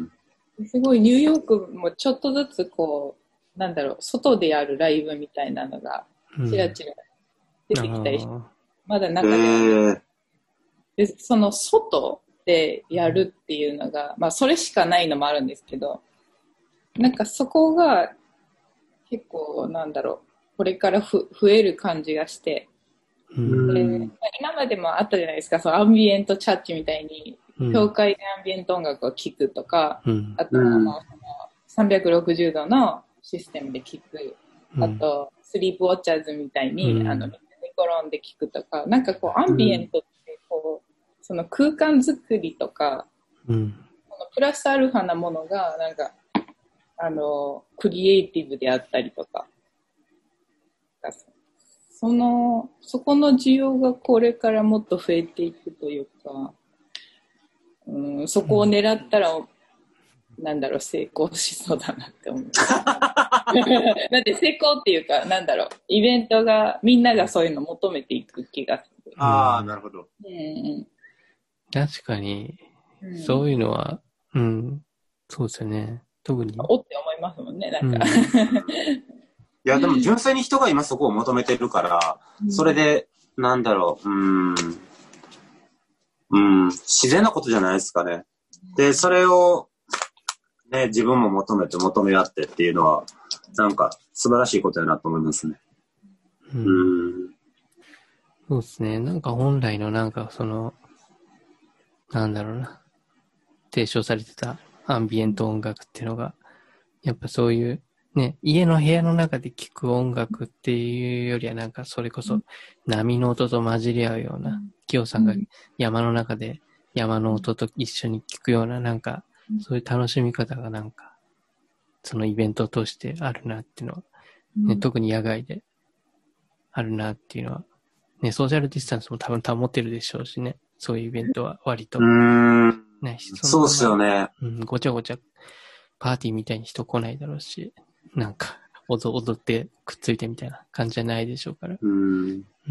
すごいニューヨークもちょっとずつこう、なんだろう、外でやるライブみたいなのが、ちらちら出てきたりして、うん、まだ中では、えー、で、その外でやるっていうのが、まあそれしかないのもあるんですけど、なんかそこが結構なんだろう、これからふ増える感じがして、うん、で今までもあったじゃないですか、そのアンビエントチャッチみたいに、うん、教会でアンビエント音楽を聴くとか、うん、あとは、まあ、そのさんびゃくろくじゅうどのシステムで聴く、うん、あとスリープウォッチャーズみたいに、うん、あの寝転んで聴くとか、なんかこうアンビエントってこう、その空間作りとか、うん、そのプラスアルファなものがなんかあのクリエイティブであったりとか、そのそこの需要がこれからもっと増えていくというか、うん、そこを狙ったら、うん、なんだろう、成功しそうだなって思う。だって成功っていうか、なんだろう、イベントがみんながそういうの求めていく気がする。 ああ、なるほど。 うん、確かに、そういうのは、うん、うん、そうですよね。特に。 おって思いますもんね、なんか。うん、 いや、でも純粋に人が今そこを求めてるから、うん、それで、なんだろう、うーん、うん、自然なことじゃないですかね。で、それを、ね、自分も求めて求め合ってっていうのは、なんか素晴らしいことやなと思いますね。 うん。うん、そうですね。なんか本来のなんかその、なんだろうな、提唱されてたアンビエント音楽っていうのが、やっぱそういうね、家の部屋の中で聴く音楽っていうよりはなんかそれこそ波の音と混じり合うような、キヨさんが山の中で山の音と一緒に聴くようななんか、そういう楽しみ方がなんか、そのイベントを通してあるなっていうのは、ね、うん、特に野外であるなっていうのは、ね、ソーシャルディスタンスも多分保ってるでしょうしね、そういうイベントは割と。 うーん。 ね、 そうっすよね。 うん、ごちゃごちゃ、パーティーみたいに人来ないだろうし、なんか、踊踊ってくっついてみたいな感じじゃないでしょうから。 うん。 うん。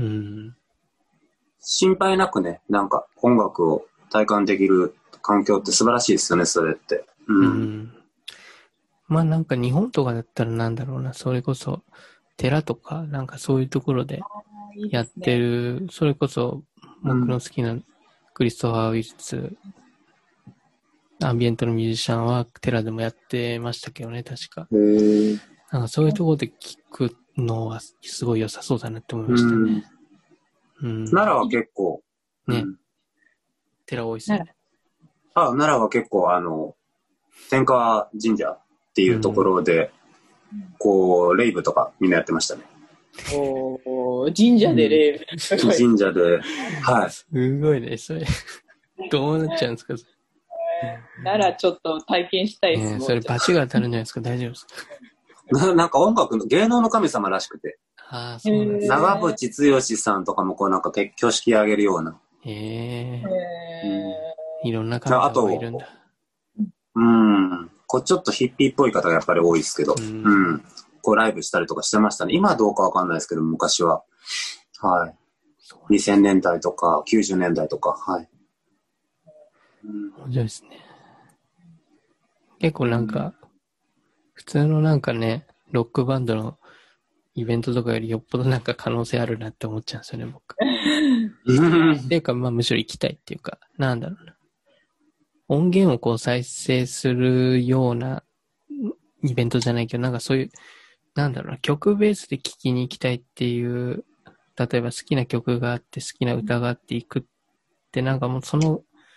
心配なくね、なんか音楽を体感できる環境って素晴らしいですよね、それって。うん。うん、 まあなんか日本とかだったらなんだろうな、それこそ寺とかなんかそういうところでやってる、いいね、それこそ僕の好きなクリストファー・ウィルツ、アンビエントのミュージシャンは寺でもやってましたけどね、確か。 へー。 なんかそういうところで聞くのはすごい良さそうだなって思いましたね。 うん、奈良は結構。 ね。うん、寺多いっすね。 あ、奈良は結構あの、天川神社っていうところで、うん、こう、レイブとかみんなやってましたね。 おー、神社でレイブ。 うん、神社で、はい。 すごいね、それ。どうなっちゃうんですか、それ。 ならちょっと体験したいです、 ね、それバチが当たるんじゃないですか、大丈夫ですか。 な, なんか音楽の芸能の神様らしくて。 ああ、そうなんですね。 長渕剛さんとかもこうなんか挙式上げるような。 へえ。うん、いろんな神様がいるんだ。 うん。こうちょっとヒッピーっぽい方がやっぱり多いですけど、うん、うん。こうライブしたりとかしてましたね。今はどうかわかんないですけど、昔は。はい。にせんねんだいとかきゅうじゅうねんだいとか、はい。 うん、面白いですね。結構なんか、うん、普通のなんかね、ロックバンドのイベントとかよりよっぽどなんか可能性あるなって思っちゃうんですよね、僕。っていうか、まあむしろ行きたいっていうか、なんだろうな。音源をこう再生するようなイベントじゃないけど、なんかそういう、なんだろうな、曲ベースで聴きに行きたいっていう、例えば好きな曲があって好きな歌があって行くって、なんかもうその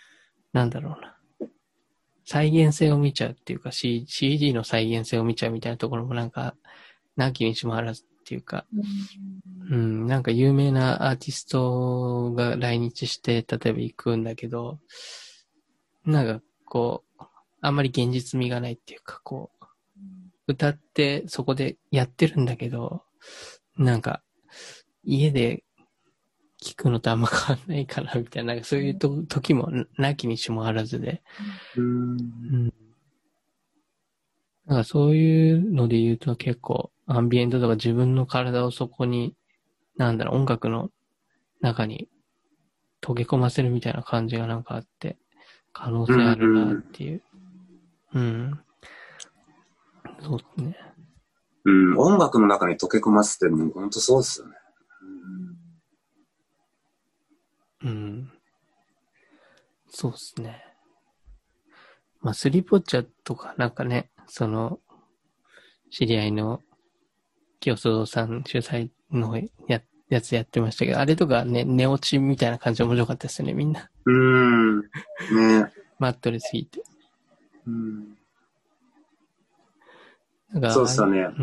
なんだろうな。再現性を見ちゃうっていうか、C、シージー の再現性を見ちゃうみたいなところもなんか、なきにしもあらずっていうか、うん、なんか有名なアーティストが来日して、例えば行くんだけど、なんかこう、あんまり現実味がないっていうか、こう、歌ってそこでやってるんだけど、なんか、家で聞くのとあんま変わんないかな、みたいな、なんかそういうと時もなきにしもあらずで、 うん。 うん。なんかそういうので言うと結構、アンビエントとか自分の体をそこに、なんだろう、音楽の中に溶け込ませるみたいな感じがなんかあって、可能性あるなっていう。うん。うん、そうですね。 うん、音楽の中に溶け込ませてるの、本当そうですよね。 うん。うん、そうですね。まあ、スリーポッチャとかなんかね、その、知り合いの清須さん主催のややつやってましたけど、あれとかね、寝落ちみたいな感じで面白かったですよね、みんな。 うーん。ね。 マットレス引いて。 うん。 なんかそうですよね。 うん。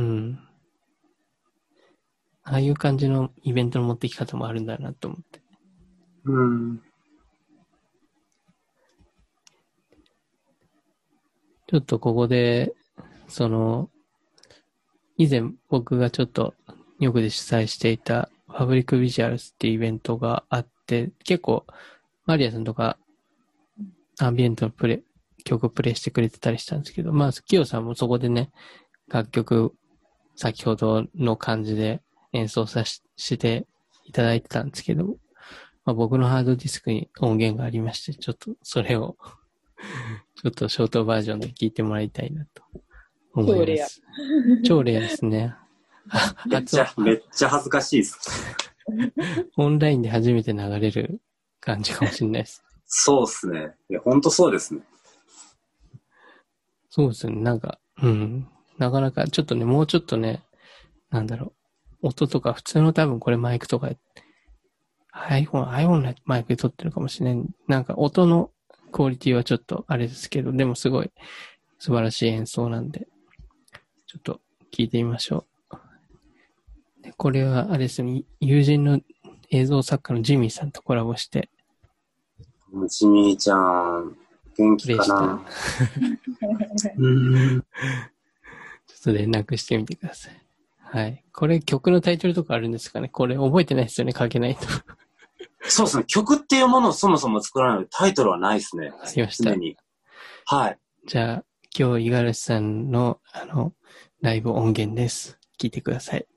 ああいう感じのイベントの持ってき方もあるんだなと思って。 うん。 ちょっとここで、その、以前僕がちょっとよくで主催していたファブリックビジュアルスっていうイベントがあって、結構マリアさんとかアンビエントのプレ曲をプレイしてくれてたりしたんですけど、まあ、キヨさんもそこでね、楽曲、先ほどの感じで演奏さししていただいてたんですけど、まあ、僕のハードディスクに音源がありまして、ちょっとそれをちょっとショートバージョンで聴いてもらいたいなと思います。超レア。超レアですね。 めっちゃ、めっちゃ恥ずかしいです。 オンラインで初めて流れる感じかもしれないです。 そうっすね。いや、ほんとそうですね。 そうですね。なんか、うん。なかなか、ちょっとね、もうちょっとね、なんだろう。音とか、普通の多分これマイクとか、iPhone、iPhone のマイクで撮ってるかもしれない。なんか音のクオリティはちょっとあれですけど、でもすごい素晴らしい演奏なんで、ちょっと聞いてみましょう。でこれはあれですね、友人の映像作家のジミーさんとコラボして。 ジミーちゃん、元気かなうんちょっと連絡してみてください。はい。これ曲のタイトルとかあるんですかね？これ覚えてないですよね、書けないと。 そうですね。曲っていうものをそもそも作らないので、タイトルはないですね。 ありました。 常に。はい。 じゃあ、今日、五十嵐さんの、あの、ライブ音源です。聞いてください。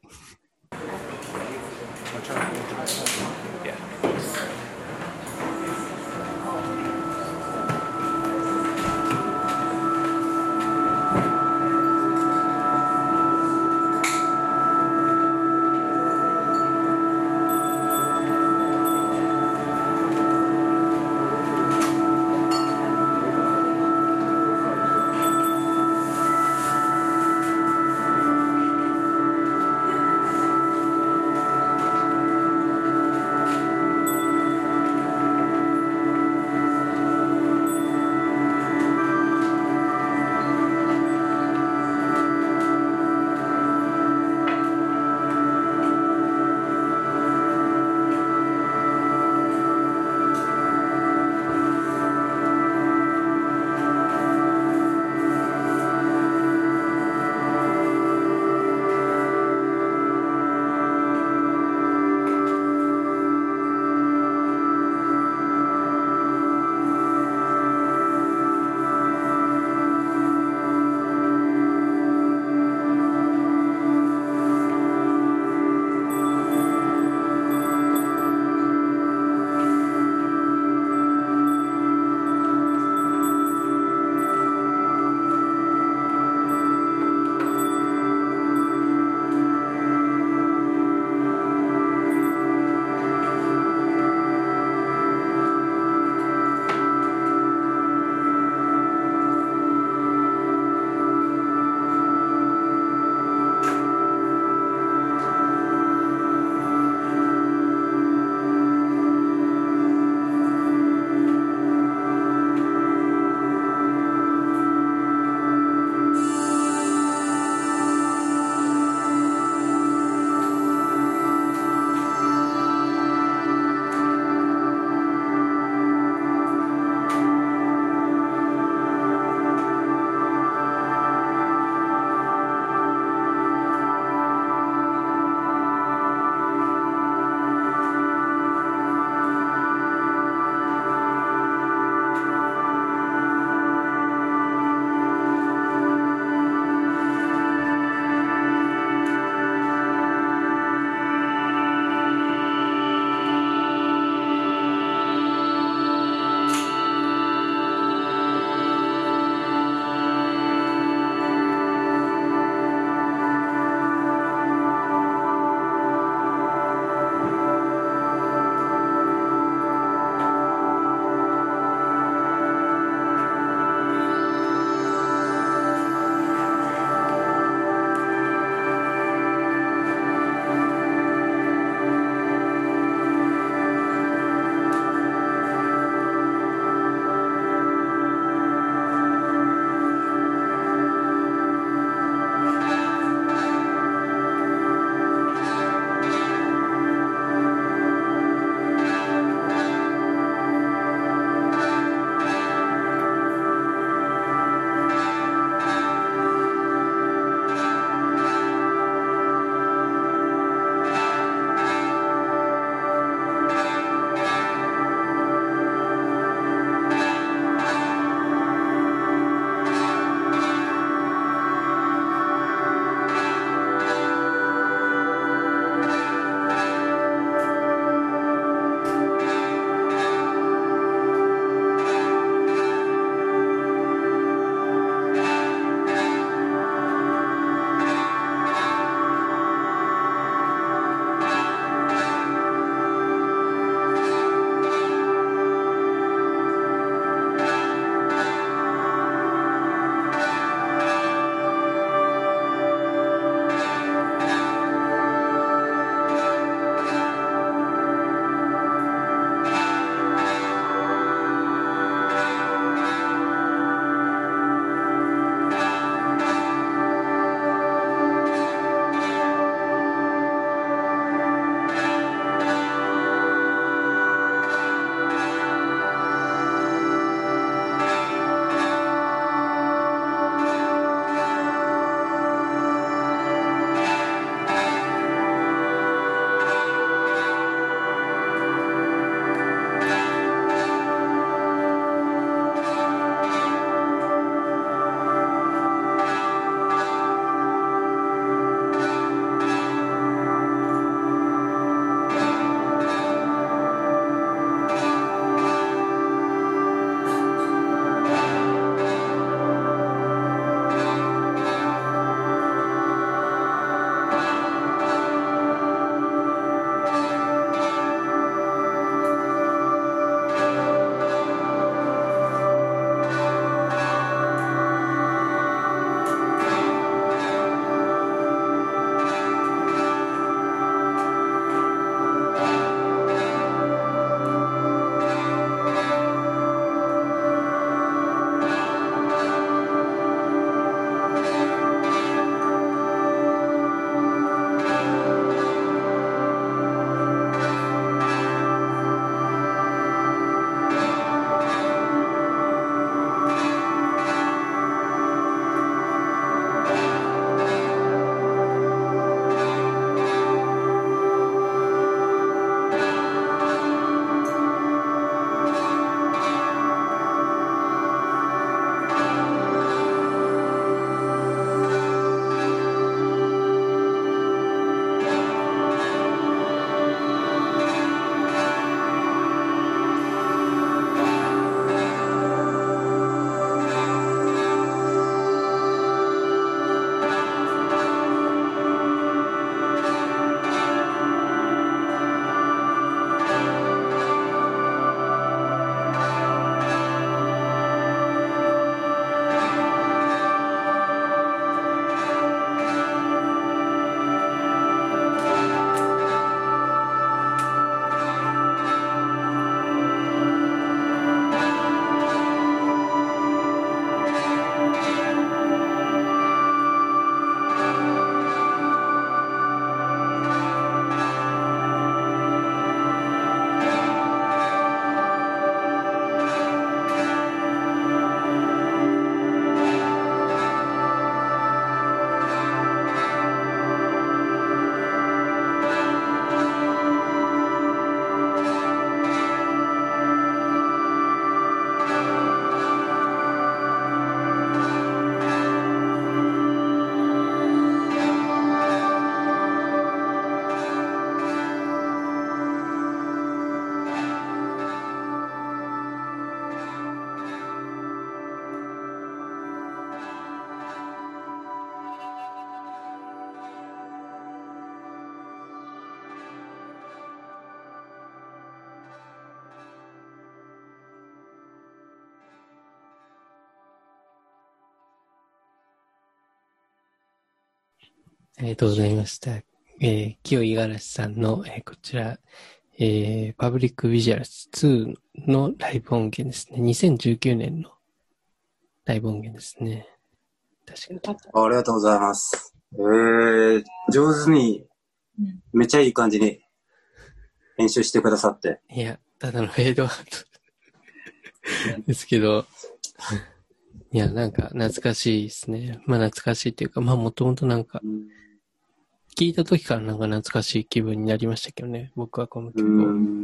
ありがとうございました。えー、清井五十嵐さんの、えー、こちら、えー、パブリックビジュアルズツーのライブ音源ですね。にせんじゅうきゅうねんのライブ音源ですね。確かに。 ありがとうございます。えー、上手に、めっちゃいい感じに編集してくださって。 いや、ただのフェードアウトですけど、いや、なんか懐かしいですね。まあ懐かしいっていうか、まあもともとなんか、聞いた時からなんか懐かしい気分になりましたけどね、僕はこの曲を。うん。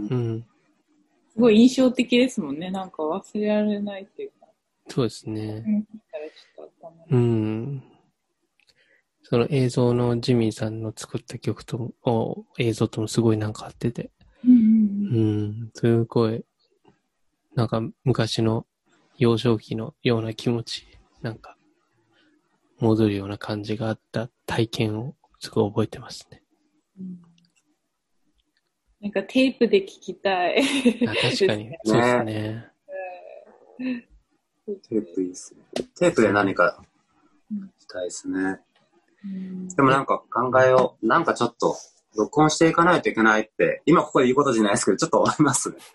うん。 すごい印象的ですもんね。なんか忘れられないっていうか。 そうですね。うん。その映像のジミーさんの作った曲とも、映像ともすごいなんか合ってて。うん、うん。すごい、なんか昔の幼少期のような気持ち、なんか、戻るような感じがあった体験をすごい覚えてますね。うん、 なんかテープで聴きたい。 あ、確かに。そうですね。 テープいいですね。テープで何かしたいですね。うん、でもなんか考えを、なんかちょっと録音していかないといけないって、今ここで言うことじゃないですけど、ちょっと思いますね。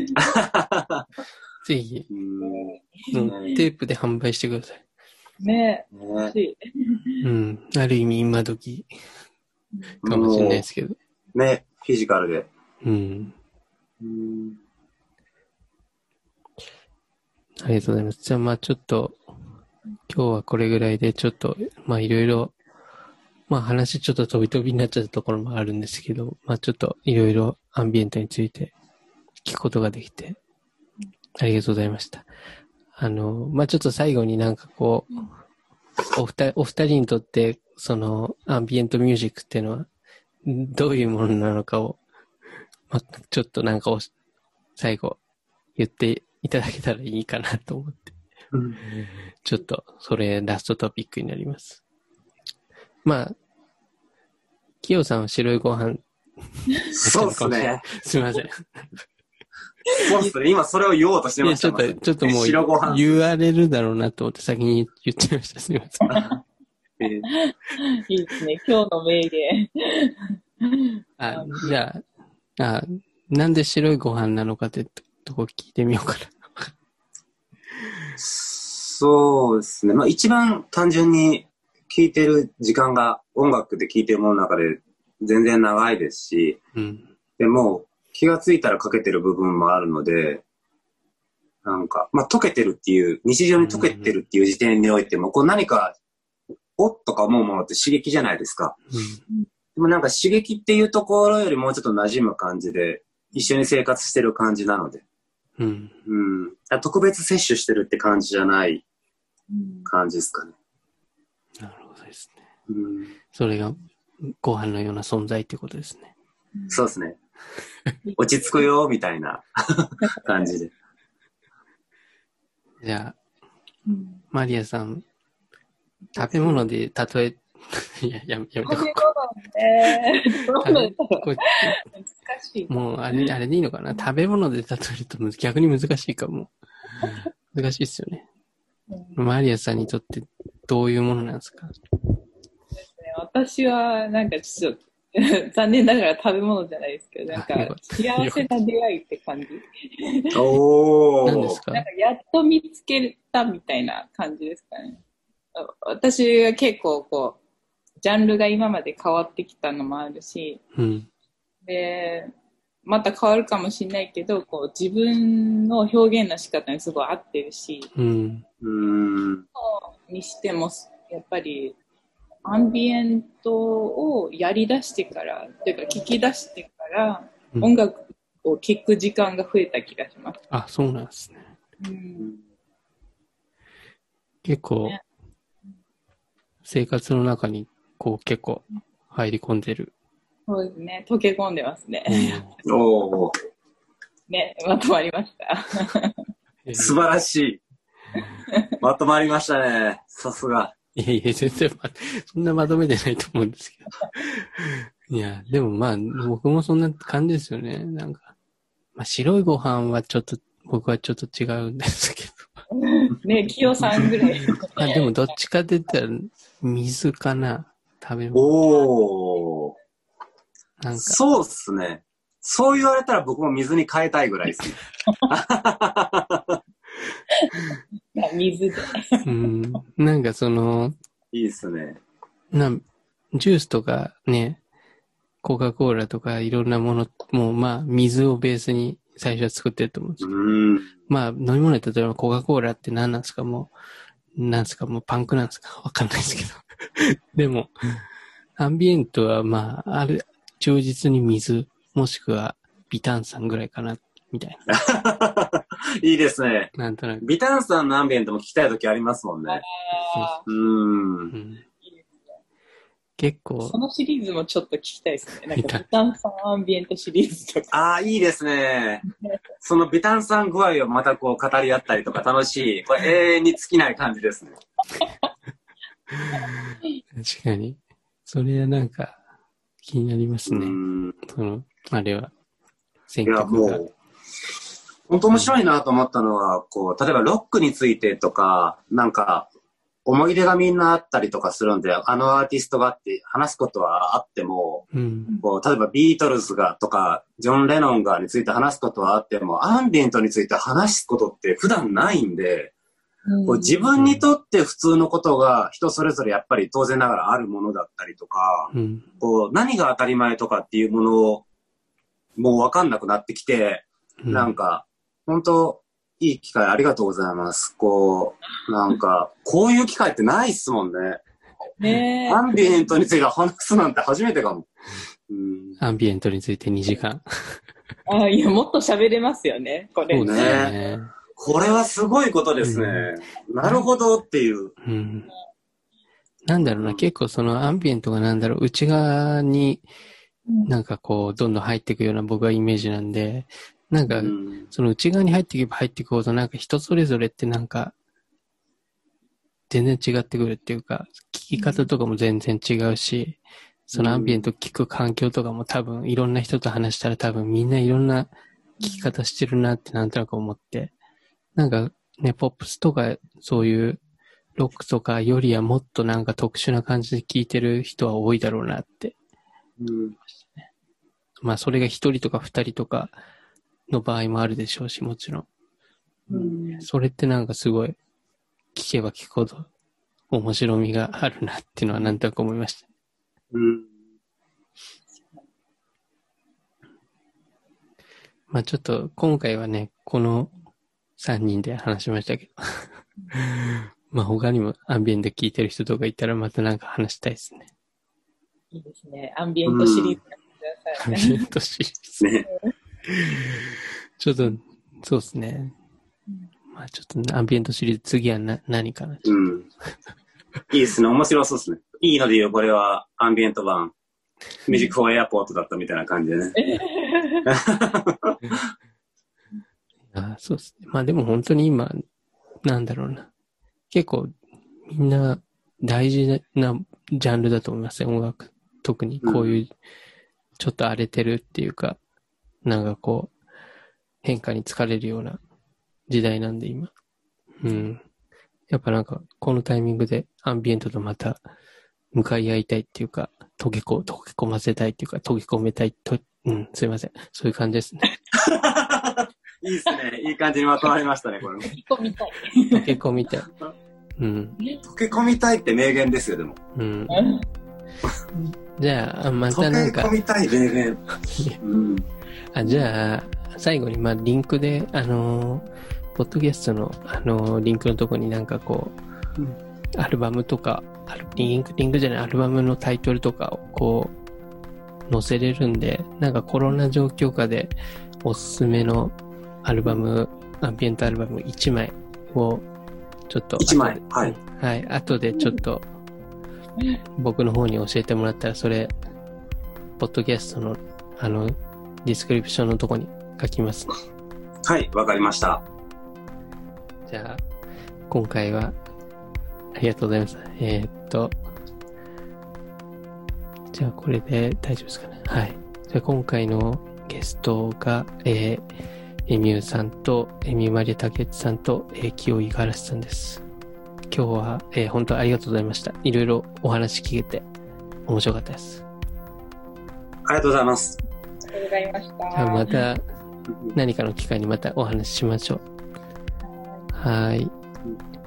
ぜひ、うん、テープで販売してください。 ねえ。ねうん。ある意味今時かもしれないですけど。 ね、フィジカルで。 うん。うんありがとうございます。じゃあまあちょっと、今日はこれぐらいでちょっと、まあいろいろ、まあ話ちょっと飛び飛びになっちゃったところもあるんですけど、まあちょっといろいろアンビエントについて聞くことができて、ありがとうございました。あの、まあちょっと最後になんかこう、お二人、お二人にとって、そのアンビエントミュージックっていうのは、どういうものなのかを、まあちょっとなんかお最後言っていただけたらいいかなと思って。うん、ちょっと、それラストトピックになります。まあ、キヨさんは白いご飯。 そうっすね。 すみません。 そうっすね。今それを言おうとしてました。 いや、ちょっと、ちょっともう言われるだろうなと思って先に言っちゃいました。すみません。 えー、いいですね。今日の名言。 あ、じゃあ、あ、なんで白いご飯なのかってとこ聞いてみようかな。 そうですね。まあ一番単純に聴いてる時間が音楽で聴いてるものの中で全然長いですし、うん、でも気がついたらかけてる部分もあるので、なんか、まあ溶けてるっていう、日常に溶けてるっていう時点においても、こう何か、おっとか思うものって刺激じゃないですか。うん、でもなんか刺激っていうところよりもうちょっと馴染む感じで、一緒に生活してる感じなので。うんうん、特別摂取してるって感じじゃない感じですかね。 なるほどですね。うん、それがご飯のような存在ってことですね。 そうですね。落ち着くよみたいな感じで。 じゃあ、うん、マリアさん、食べ物で例え、いや、やめ、やめてここう。ね難しい。 もう、あれ、あれでいいのかな、食べ物で例えると逆に難しいかも。難しいですよね。うん、マリアさんにとってどういうものなんですか？ ですね、私は、なんかちょっと、残念ながら食べ物じゃないですけど、なんか、幸せな出会いって感じ。 おー。 何ですか？ なんか、やっと見つけたみたいな感じですかね。私は結構こう、ジャンルが今まで変わってきたのもあるし、うん、で、また変わるかもしれないけど、こう自分の表現の仕方にすごい合ってるし、うん、にしてもやっぱりアンビエントをやり出してから、というか聞き出してから、うん、音楽を聴く時間が増えた気がします。 あ、そうなんですね。うん、結構、ね、生活の中にこう結構入り込んでる。 そうですね。溶け込んでますね。 うん、おー。 ね、まとまりました。 素晴らしい。まとまりましたね。さすが。 いやいや、全然、そんなまとめてないと思うんですけど。いや、でもまあ、僕もそんな感じですよね。なんか、まあ、白いご飯はちょっと、僕はちょっと違うんですけど。 ね、清さんぐらい。 あ、でもどっちかって言ったら、水かな。 食べ物。 おー。 なんか。 そうっすね。そう言われたら僕も水に変えたいぐらいですね。 水で。 うん。なんかその、 いいっすね。 な、ジュースとかね、コカ・コーラとかいろんなもの、もうまあ水をベースに最初は作ってると思うんですけど。 うん。 まあ飲み物で例えばコカ・コーラって何なんですかもう、なんですかもうパンクなんですかわかんないですけど。でも、アンビエントはまあ、ある、忠実に水、もしくは微炭酸ぐらいかな、みたいな。 いいですね。 なんとなく。 微炭酸のアンビエントも聞きたいときありますもんね。 あうーん。 うん、 いいですね。 結構。 そのシリーズもちょっと聞きたいですね。なんか、微炭酸アンビエントシリーズとか。 ああ、いいですね。その微炭酸具合をまたこう語り合ったりとか楽しい。これ永遠に尽きない感じですね。 確かに。それはなんか気になりますね。 うんその、あれは。選いや、 曲が。 もう、本当面白いなと思ったのは、こう、例えばロックについてとか、なんか、思い出がみんなあったりとかするんで、あのアーティストがあって話すことはあっても、 うん、 こう例えばビートルズがとか、ジョン・レノンがについて話すことはあっても、アンビエントについて話すことって普段ないんで、 うん、 こう自分にとって普通のことが人それぞれやっぱり当然ながらあるものだったりとか、 うん、 こう何が当たり前とかっていうものをもう分かんなくなってきて、うん、なんか本当いい機会ありがとうございます。こうなんかこういう機会ってないっすもんね。 ねえ。 アンビエントについて話すなんて初めてかも。 うん、アンビエントについてにじかん。 あ、いやもっと喋れますよね。これそうね。これはすごいことですね。うん、なるほどっていう、 うん。なんだろうな、結構そのアンビエントがなんだろう、内側になんかこう、どんどん入っていくような僕はイメージなんで、なんか、その内側に入っていけば入っていくほど、なんか人それぞれってなんか、全然違ってくるっていうか、聞き方とかも全然違うし、そのアンビエント聞く環境とかも多分いろんな人と話したら多分みんないろんな聞き方してるなってなんとなく思って、なんかね、ポップスとかそういうロックとかよりはもっとなんか特殊な感じで聞いてる人は多いだろうなって。うん、まあそれが一人とか二人とかの場合もあるでしょうし、もちろん。うん、それってなんかすごい聞けば聞くほど面白みがあるなっていうのはなんとなく思いました。うん、まあちょっと今回はね、このさんにんで話しましたけど。まあ他にもアンビエント聞いてる人とかいたらまたなんか話したいですね。 いいですね。アンビエントシリーズやってくださいね。 アンビエントシリーズね。ちょっと、そうですね。まあちょっとアンビエントシリーズ次はな何かな。 うん。いいですね。面白そうですね。いいので言う、これはアンビエント版。ミュージックフォーエアポートだったみたいな感じでね。 あ、そうですね。まあでも本当に今、なんだろうな。結構みんな大事なジャンルだと思いますね、音楽。特にこういう、ちょっと荒れてるっていうか、うん、なんかこう、変化に疲れるような時代なんで今。うん。やっぱなんか、このタイミングでアンビエントとまた向かい合いたいっていうか、溶けこ、溶け込ませたいっていうか、溶け込めたいと、うん、すいません。そういう感じですね。 いいですね。いい感じにまとまりましたね、これ。 溶け込みたい。 溶け込みたい。うん。 溶け込みたいって名言ですよ、でも。うん。 じゃあ、またなんか。 溶け込みたい名言。うん、 あ、じゃあ、最後に、まあ、リンクで、あのー、ポッドキャストの、あのー、リンクのとこになんかこう、うん、アルバムとか、リンク、リンクじゃない、アルバムのタイトルとかをこう、載せれるんで、なんかコロナ状況下でおすすめのアルバム、アンビエントアルバムいちまいを、ちょっと。 いちまい。はい。 はい。後でちょっと、僕の方に教えてもらったら、それ、ポッドキャストの、あの、ディスクリプションのとこに書きますね。 はい、わかりました。 じゃあ、今回は、ありがとうございます。えー、っと、じゃあこれで大丈夫ですかね。はい。じゃあ今回のゲストが、えー、エミューさんと、エミューマリア竹内さんと、えー、清井五十嵐さんです。今日は、えー、本当ありがとうございました。いろいろお話聞けて面白かったです。 ありがとうございます。 ありがとうございました。 じゃあまた何かの機会にまたお話ししましょう。はい。